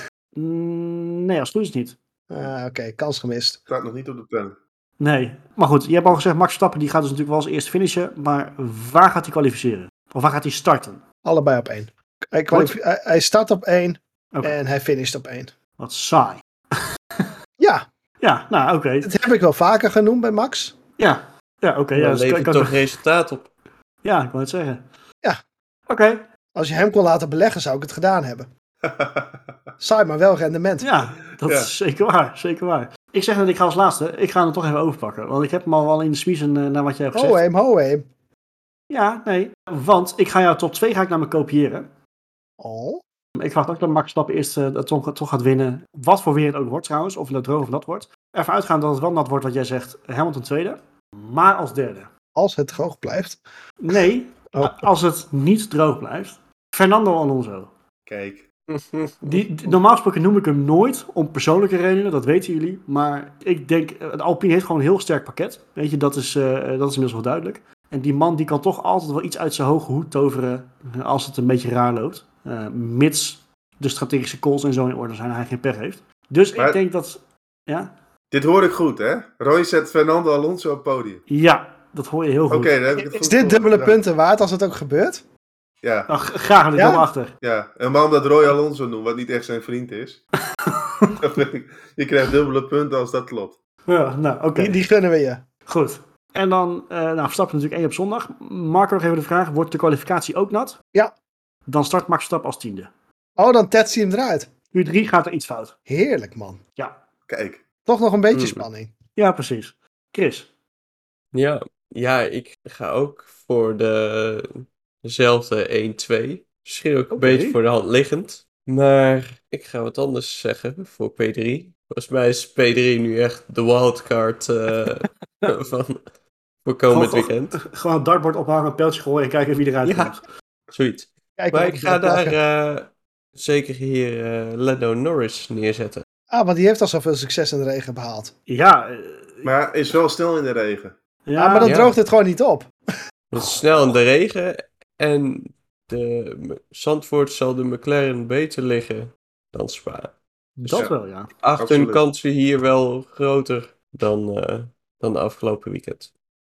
Nee, als het goed is niet. Oké, kans gemist. Staat nog niet op de planning. Nee, maar goed, je hebt al gezegd, Max Verstappen die gaat dus natuurlijk wel als eerste finishen. Maar waar gaat hij kwalificeren? Of waar gaat hij starten? Allebei op 1. Hij start op 1 Oké. en hij finisht op 1. Wat saai. Ja, Ja, nou oké. dat heb ik wel vaker genoemd bij Max. Ja, oké. Ja, Dan dus levert toch resultaat op. Ja, ik wil het zeggen. Ja. Oké. Als je hem kon laten beleggen, zou ik het gedaan hebben. Saai, maar wel rendement. Ja, dat is zeker waar. Zeker waar. Ik zeg dat ik ga als laatste. Ik ga hem toch even overpakken. Want ik heb hem al wel in de smiezen naar wat jij hebt gezegd. Hoheem. Ja, nee. Want ik ga jouw top 2 ga ik naar me kopiëren. Oh. Ik verwacht ook dat Max Verstappen eerst toch gaat winnen. Wat voor weer het ook wordt trouwens. Of het droog of nat wordt. Ervan uitgaan dat het wel nat wordt wat jij zegt. Hamilton tweede. Maar als derde. Als het droog blijft. Nee, als het niet droog blijft. Fernando Alonso. Kijk. Normaal gesproken noem ik hem nooit om persoonlijke redenen, dat weten jullie. Maar ik denk, de Alpine heeft gewoon een heel sterk pakket. Weet je, dat is inmiddels wel duidelijk. En die man die kan toch altijd wel iets uit zijn hoge hoed toveren als het een beetje raar loopt. Mits de strategische calls en zo in orde zijn en hij geen pech heeft. Dus Maar ik denk dat... Ja? Dit hoor ik goed, hè? Roy zet Fernando Alonso op het podium. Ja, dat hoor je heel goed. Oké, dan heb ik het Is goed dit gehoord. dubbele Ja. punten waard als het ook gebeurt? Ja, Nou, graag aan de Ja? dom achter. ja. Een man dat Roy Alonso noemt, wat niet echt zijn vriend is. Je krijgt dubbele punten als dat klopt. Ja, nou, oké. Die gunnen we je. Goed. En dan Verstappen natuurlijk 1 op zondag. Marco, nog even de vraag. Wordt de kwalificatie ook nat? Ja. Dan start Max Verstappen als 10e. Oh, dan tetst hij hem eruit. Q3 gaat er iets fout. Heerlijk, man. Ja. Kijk. Toch nog een beetje spanning. Ja, precies. Chris. Ja, ik ga ook voor dezelfde 1-2. Misschien ook een Oké. beetje voor de hand liggend. Maar ik ga wat anders zeggen voor P3. Volgens mij is P3 nu echt de wildcard voor komend weekend. Gewoon een dartboard ophangen, een pijltje gooien en kijken wie eruit Ja. komt. Zoiets. Kijk, Maar wat ik ga plakken. daar zeker hier Lando Norris neerzetten. Want die heeft al zoveel succes in de regen behaald. Ja. Maar is wel snel in de regen. Ja, Maar dan Ja. droogt het gewoon niet op. Het is snel in de regen en Zandvoort zal de McLaren beter liggen dan Spa. dat ja. wel, ja. Acht hun Absoluut. kansen hier wel groter dan de afgelopen weekend.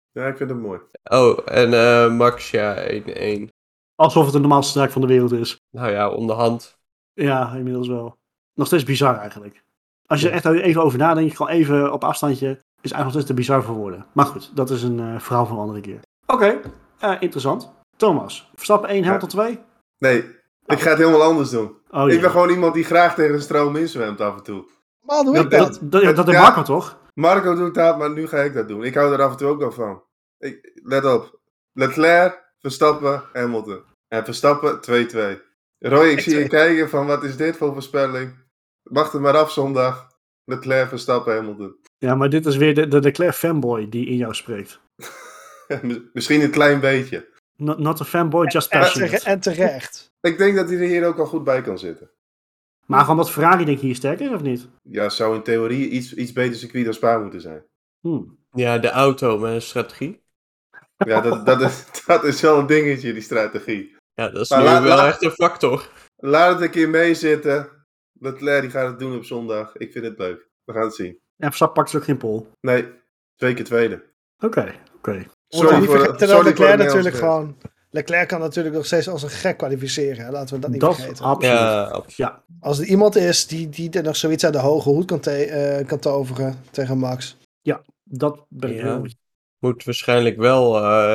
Ja, ik vind het mooi. Oh, en Max, ja, 1-1. Alsof het de normaalste zaak van de wereld is. Nou ja, onderhand. Ja, inmiddels wel. Nog steeds bizar eigenlijk. Als je er Ja. echt even over nadenkt, gewoon even op afstandje, is eigenlijk nog steeds te bizar voor woorden. Maar goed, dat is een verhaal van een andere keer. Oké, interessant. Thomas, Verstappen 1, Hamilton 2? Nee, ik ga het helemaal anders doen. Oh, Ik jee. ben gewoon iemand die graag tegen een stroom inzwemt af en toe. Maar doe ik dat? Dat deed Ja. Marco toch? Marco doet dat, maar nu ga ik dat doen. Ik hou er af en toe ook wel van. Let op. Leclerc, Verstappen, Hamilton. En Verstappen 2-2. Roy, ik zie je kijken van wat is dit voor voorspelling? Wacht het maar af zondag. Leclerc, Verstappen, Hamilton. Ja, maar dit is weer de Leclerc fanboy die in jou spreekt. Misschien een klein beetje. Not a fanboy, just passionate. En terecht. Ik denk dat hij er hier ook al goed bij kan zitten. Maar gewoon dat Ferrari denk je hier sterker is, of niet? Ja, zou in theorie iets beter circuit dan Spa moeten zijn. Ja, de auto met een strategie. Ja, dat is wel een dingetje, die strategie. Ja, dat is Maar nu wel echt een factor. Laat het een keer meezitten. Leclerc die gaat het doen op zondag. Ik vind het leuk. We gaan het zien. En Verstappen pakt dus ook geen pole. Nee, 2 keer tweede. Oké. Moet je niet vergeten dat Leclerc de natuurlijk Nederlandse gewoon... Leclerc kan natuurlijk nog steeds als een gek kwalificeren. Hè? Laten we dat niet Dat vergeten. absoluut. Ja, absoluut. Ja. Als er iemand is die er nog zoiets uit de hoge hoed kan toveren tegen Max. Dat ben ik Ja. heel met je. Moet waarschijnlijk wel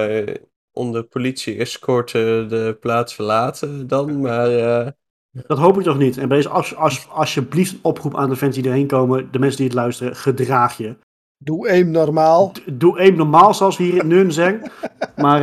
onder politie-escorte de plaats verlaten dan, maar Dat hoop ik toch niet. En bij deze alsjeblieft een oproep aan de fans die erheen komen. De mensen die het luisteren, gedraag je. Doe één normaal. Doe één normaal zoals we hier in Nürn zeggen. Maar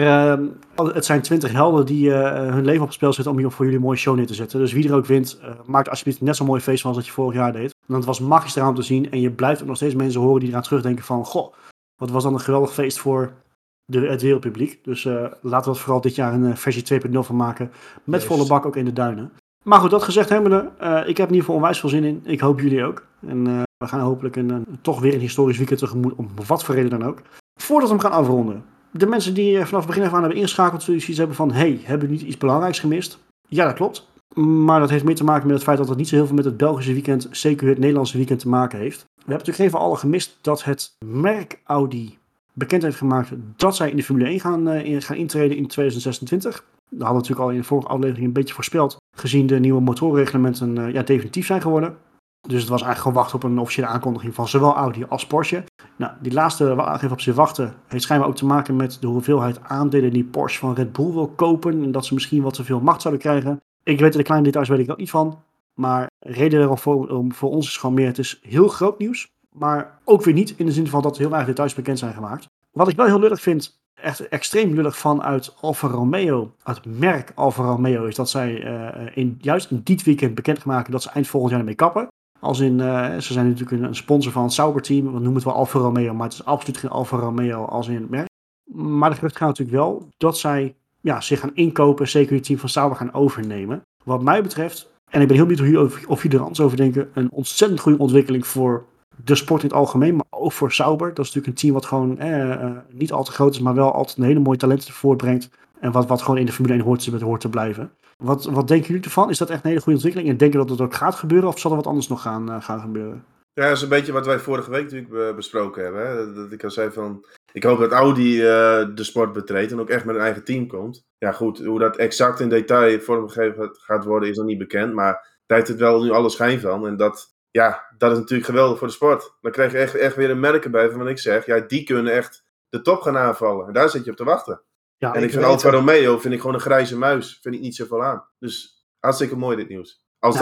het zijn 20 helden die hun leven op het spel zetten om hier voor jullie een mooie show neer te zetten. Dus wie er ook wint, maak er alsjeblieft net zo'n mooi feest van als dat je vorig jaar deed. Want het was magistraal om te zien. En je blijft ook nog steeds mensen horen die eraan terugdenken van... Goh, wat was dan een geweldig feest voor het wereldpubliek. Dus laten we er vooral dit jaar een versie 2.0 van maken. Met Yes. volle bak ook in de duinen. Maar goed, dat gezegd hebbende, ik heb in ieder geval onwijs veel zin in. Ik hoop jullie ook. En we gaan hopelijk toch weer een historisch weekend tegemoet, om wat voor reden dan ook. Voordat we hem gaan afronden. De mensen die vanaf het begin af aan hebben ingeschakeld, zullen iets hebben van... Hey, hebben we niet iets belangrijks gemist? Ja, dat klopt. Maar dat heeft meer te maken met het feit dat het niet zo heel veel met het Belgische weekend, zeker het Nederlandse weekend, te maken heeft. We hebben natuurlijk geen van allen gemist dat het merk Audi bekend heeft gemaakt dat zij in de Formule 1 gaan intreden in 2026. Dat hadden we natuurlijk al in de vorige aflevering een beetje voorspeld, gezien de nieuwe motorreglementen definitief zijn geworden. Dus het was eigenlijk gewoon wachten op een officiële aankondiging van zowel Audi als Porsche. Nou, die laatste waar even op zich wachten heeft schijnbaar ook te maken met de hoeveelheid aandelen die Porsche van Red Bull wil kopen. En dat ze misschien wat te veel macht zouden krijgen. Ik weet de kleine details weet ik ook niet van. Maar reden daarvoor voor ons is gewoon meer, het is heel groot nieuws. Maar ook weer niet in de zin van dat heel weinig details bekend zijn gemaakt. Wat ik wel heel lullig vind, echt extreem lullig vanuit Alfa Romeo, het merk Alfa Romeo, is dat zij juist in dit weekend bekendgemaakt dat ze eind volgend jaar ermee kappen. Als in, ze zijn natuurlijk een sponsor van het Sauber team, we noemen het wel Alfa Romeo, maar het is absoluut geen Alfa Romeo als in het merk. Maar de gerucht gaat natuurlijk wel dat zij zich gaan inkopen, zeker het team van Sauber gaan overnemen. Wat mij betreft, en ik ben heel benieuwd of jullie er anders over denken, een ontzettend goede ontwikkeling voor de sport in het algemeen, maar ook voor Sauber. Dat is natuurlijk een team wat gewoon niet al te groot is, maar wel altijd een hele mooie talenten voortbrengt. En wat gewoon in de Formule 1 hoort te blijven. Wat denken jullie ervan? Is dat echt een hele goede ontwikkeling? En denken dat het ook gaat gebeuren? Of zal er wat anders nog gaan gebeuren? Ja, dat is een beetje wat wij vorige week natuurlijk besproken hebben. Hè? Dat ik al zei van... Ik hoop dat Audi de sport betreedt en ook echt met een eigen team komt. Ja goed, hoe dat exact in detail vormgegeven gaat worden is nog niet bekend. Maar daar heeft het wel nu alle schijn van. En dat is natuurlijk geweldig voor de sport. Dan krijg je echt weer een merk erbij van wat ik zeg. Ja, die kunnen echt de top gaan aanvallen. En daar zit je op te wachten. Ja, en ik vind Alfa Romeo gewoon een grijze muis. Vind ik niet zoveel aan. Dus hartstikke mooi dit nieuws.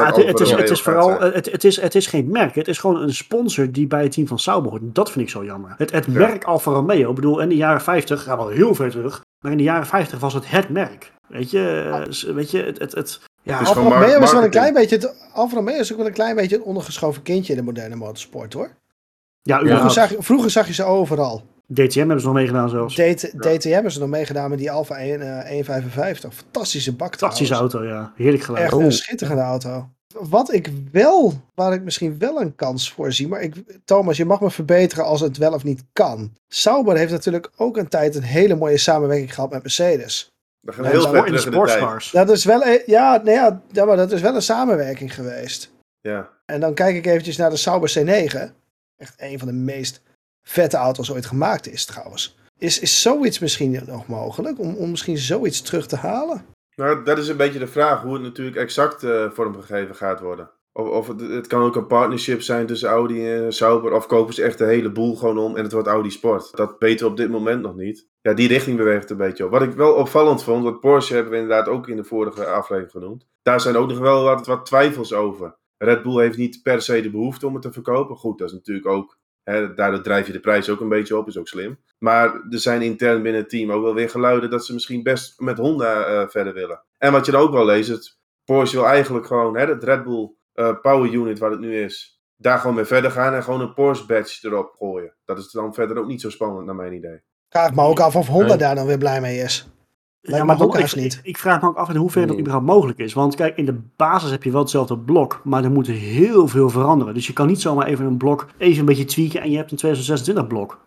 Het is geen merk. Het is gewoon een sponsor die bij het team van Sauber hoort. Dat vind ik zo jammer. Het merk Alfa Romeo. Ik bedoel, in de jaren 50, gaan we al heel ver terug. Maar in de jaren 50 was het merk. Weet je, Alfa Romeo is wel een klein beetje. Alfa Romeo is ook wel een klein beetje een ondergeschoven kindje in de moderne motorsport, hoor. Vroeger zag je ze overal. DTM hebben ze nog meegedaan zelfs. DTM hebben ze nog meegedaan met die Alfa 155. Fantastische bak. Fantastische auto, ja. Heerlijk geluid. Echt een schitterende auto. Waar ik misschien wel een kans voor zie, maar Thomas, je mag me verbeteren als het wel of niet kan. Sauber heeft natuurlijk ook een tijd een hele mooie samenwerking gehad met Mercedes. Dat gaat heel ver terug in de tijd. Dat is wel, maar dat is wel een samenwerking geweest. Ja. En dan kijk ik eventjes naar de Sauber C9. Echt een van de meest vette auto's ooit gemaakt is trouwens. Is zoiets misschien nog mogelijk? Om misschien zoiets terug te halen? Nou, dat is een beetje de vraag hoe het natuurlijk exact vormgegeven gaat worden. Of het kan ook een partnership zijn tussen Audi en Sauber. Of kopen ze echt de hele boel gewoon om en het wordt Audi Sport. Dat weten we op dit moment nog niet. Ja, die richting beweegt een beetje op. Wat ik wel opvallend vond, want Porsche hebben we inderdaad ook in de vorige aflevering genoemd. Daar zijn ook nog wel wat twijfels over. Red Bull heeft niet per se de behoefte om het te verkopen. Goed, dat is natuurlijk ook, daardoor drijf je de prijs ook een beetje op, is ook slim. Maar er zijn intern binnen het team ook wel weer geluiden dat ze misschien best met Honda verder willen. En wat je dan ook wel leest, Porsche wil eigenlijk gewoon het Red Bull Power Unit wat het nu is, daar gewoon mee verder gaan en gewoon een Porsche badge erop gooien. Dat is dan verder ook niet zo spannend naar mijn idee. Vraag ik me ook af of Honda daar dan weer blij mee is. Ja, maar ik vraag me ook af in hoeverre dat überhaupt mogelijk is. Want kijk, in de basis heb je wel hetzelfde blok, maar er moet heel veel veranderen. Dus je kan niet zomaar even een blok even een beetje tweaken en je hebt een 2026 blok.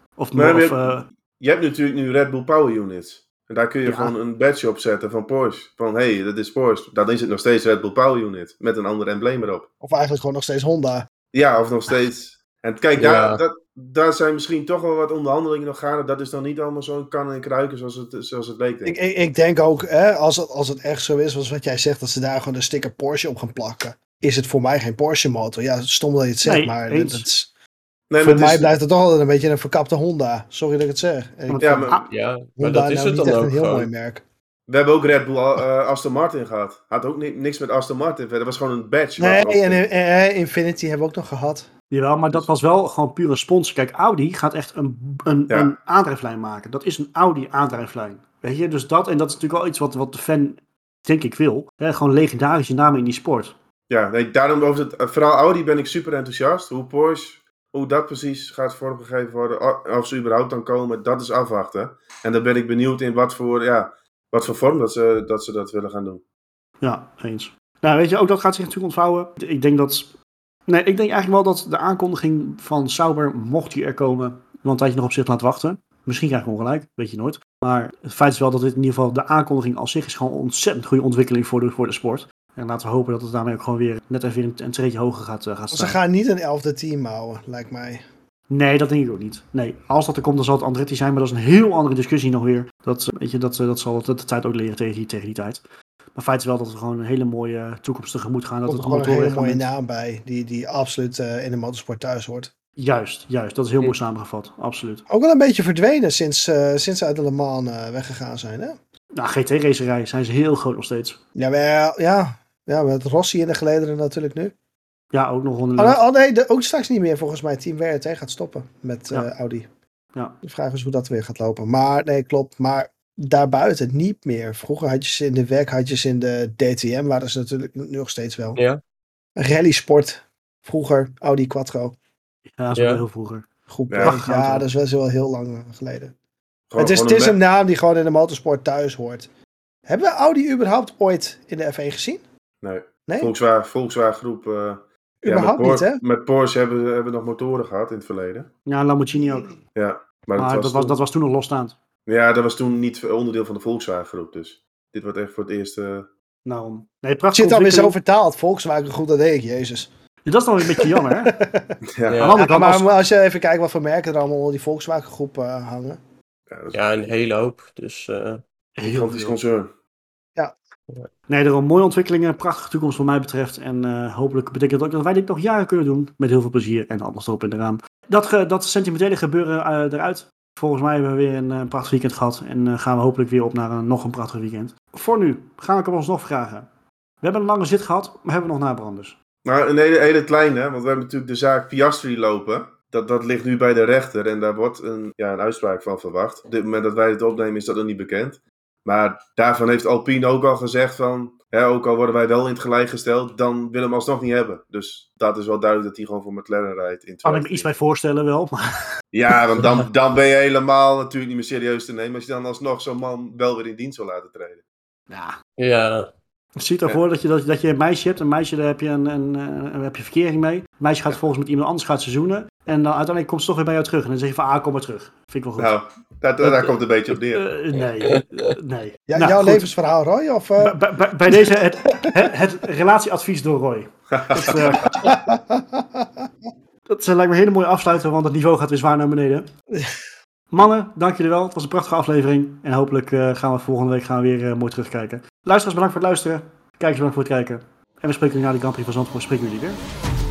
Je hebt natuurlijk nu Red Bull Power Units. En daar kun je gewoon een badge op zetten van Porsche. Van, hey, dat is Porsche. Dan is het nog steeds Red Bull Power Unit. Met een ander embleem erop. Of eigenlijk gewoon nog steeds Honda. Ja, of nog steeds. En kijk, daar zijn misschien toch wel wat onderhandelingen nog gaande. Dat is dan niet allemaal zo'n kan en kruiken zoals het leek, denk ik. Ik denk ook, als het echt zo is, zoals wat jij zegt, dat ze daar gewoon een sticker Porsche op gaan plakken. Is het voor mij geen Porsche motor? Ja, stom dat je het zegt, maar voor mij blijft het toch altijd een beetje een verkapte Honda. Sorry dat ik het zeg. Maar dat is het dan echt ook een heel gewoon. mooi merk. We hebben ook Red Bull Aston Martin gehad. Had ook niks met Aston Martin verder. Dat was gewoon een badge. Nee, en Infinity hebben we ook nog gehad. Jawel, maar dat was wel gewoon pure sponsor. Kijk, Audi gaat echt een aandrijflijn maken. Dat is een Audi aandrijflijn. Weet je, dus dat is natuurlijk wel iets wat de fan, denk ik, wil. Gewoon legendarische namen in die sport. Ja, nee, daarom over het verhaal Audi ben ik super enthousiast. Hoe Porsche, hoe dat precies gaat vormgegeven worden, of ze überhaupt dan komen, dat is afwachten. En dan ben ik benieuwd in wat voor vorm dat ze dat willen gaan doen. Ja, eens. Nou, weet je, ook dat gaat zich natuurlijk ontvouwen. Ik denk eigenlijk wel dat de aankondiging van Sauber, mocht die er komen, want dat je nog op zich laat wachten. Misschien krijg ik ongelijk, weet je nooit. Maar het feit is wel dat dit in ieder geval de aankondiging als zich is gewoon een ontzettend goede ontwikkeling voor de sport. En laten we hopen dat het daarmee ook gewoon weer net even een treedje hoger gaat staan. Ze gaan niet een 11e team houden, lijkt mij. Nee, dat denk ik ook niet. Nee, als dat er komt, dan zal het Andretti zijn, maar dat is een heel andere discussie nog weer. Dat zal de tijd ook leren tegen die tijd. Maar feit is wel dat we gewoon een hele mooie toekomst tegemoet gaan. Dat er gewoon een hele mooie naam bij, die absoluut in de motorsport thuis hoort. Juist. Dat is heel mooi samengevat. Absoluut. Ook wel een beetje verdwenen sinds ze uit de Le Mans weggegaan zijn, hè? Nou, GT-racerij zijn ze heel groot nog steeds. Ja, met Rossi in de gelederen natuurlijk nu. Ja, ook nog onder. Nee, ook straks niet meer volgens mij. Team WRT gaat stoppen met Audi. Ja. De vraag is hoe dat weer gaat lopen. Maar nee, klopt. Maar daarbuiten niet meer. Vroeger had je ze in de WEC, had je ze in de DTM, waren ze natuurlijk nog steeds wel. Ja. Rally Sport. Vroeger, Audi Quattro. Ja, dat is wel heel vroeger. Groep dat is wel heel lang geleden. Het is een naam die gewoon in de motorsport thuis hoort. Hebben we Audi überhaupt ooit in de F1 gezien? Nee? Volkswagen groep. Überhaupt niet, hè? Met Porsche hebben we nog motoren gehad in het verleden. Ja, Lamborghini ook. Ja, maar dat was toen nog losstaand. Ja, dat was toen niet onderdeel van de Volkswagen groep, dus dit wordt echt voor het eerst. Nou, nee, prachtig. Zit dan weer zo vertaald, Volkswagen groep, dat denk ik, jezus. Ja, dat is dan weer een beetje jammer, hè? Maar als je even kijkt wat voor merken er allemaal onder die Volkswagen groep hangen. Ja, een hele hoop. Dus gigantisch concern. Ja. Nee, er een mooie ontwikkelingen, prachtige toekomst wat mij betreft. En hopelijk betekent dat ook dat wij dit nog jaren kunnen doen. Met heel veel plezier en alles erop en eraan. Dat sentimentele gebeuren eruit. Volgens mij hebben we weer een prachtig weekend gehad. En gaan we hopelijk weer op naar nog een prachtig weekend. Voor nu gaan we ons nog vragen. We hebben een lange zit gehad, maar hebben we nog nabranders? Nou, een hele kleine, want we hebben natuurlijk de zaak Piastri lopen. Dat ligt nu bij de rechter en daar wordt een uitspraak van verwacht. Op dit moment dat wij het opnemen is dat nog niet bekend. Maar daarvan heeft Alpine ook al gezegd van, ook al worden wij wel in het gelijk gesteld, dan willen we hem alsnog niet hebben. Dus dat is wel duidelijk dat hij gewoon voor McLaren rijdt. Kan ik me iets bij voorstellen wel. Maar... Ja, want dan ben je helemaal natuurlijk niet meer serieus te nemen als je dan alsnog zo'n man wel weer in dienst wil laten treden. Ja. Zie je ervoor dat je een meisje hebt. Een meisje, daar heb je heb je verkering mee. Een meisje gaat volgens met iemand anders seizoenen. En dan uiteindelijk komt ze toch weer bij jou terug. En dan zeg je van, kom maar terug. Vind ik wel goed. Nou, daar komt het een beetje op neer. Nee. Ja, jouw goed. Levensverhaal, Roy? Of, bij deze het relatieadvies door Roy. Dat lijkt me een hele mooie afsluiter, want het niveau gaat weer zwaar naar beneden. Mannen, dank jullie wel. Het was een prachtige aflevering. En hopelijk gaan we volgende week weer mooi terugkijken. Luisteraars, bedankt voor het luisteren. Kijkers, bedankt voor het kijken. En we spreken jullie na de Grand Prix van Zandvoort. Spreken jullie weer.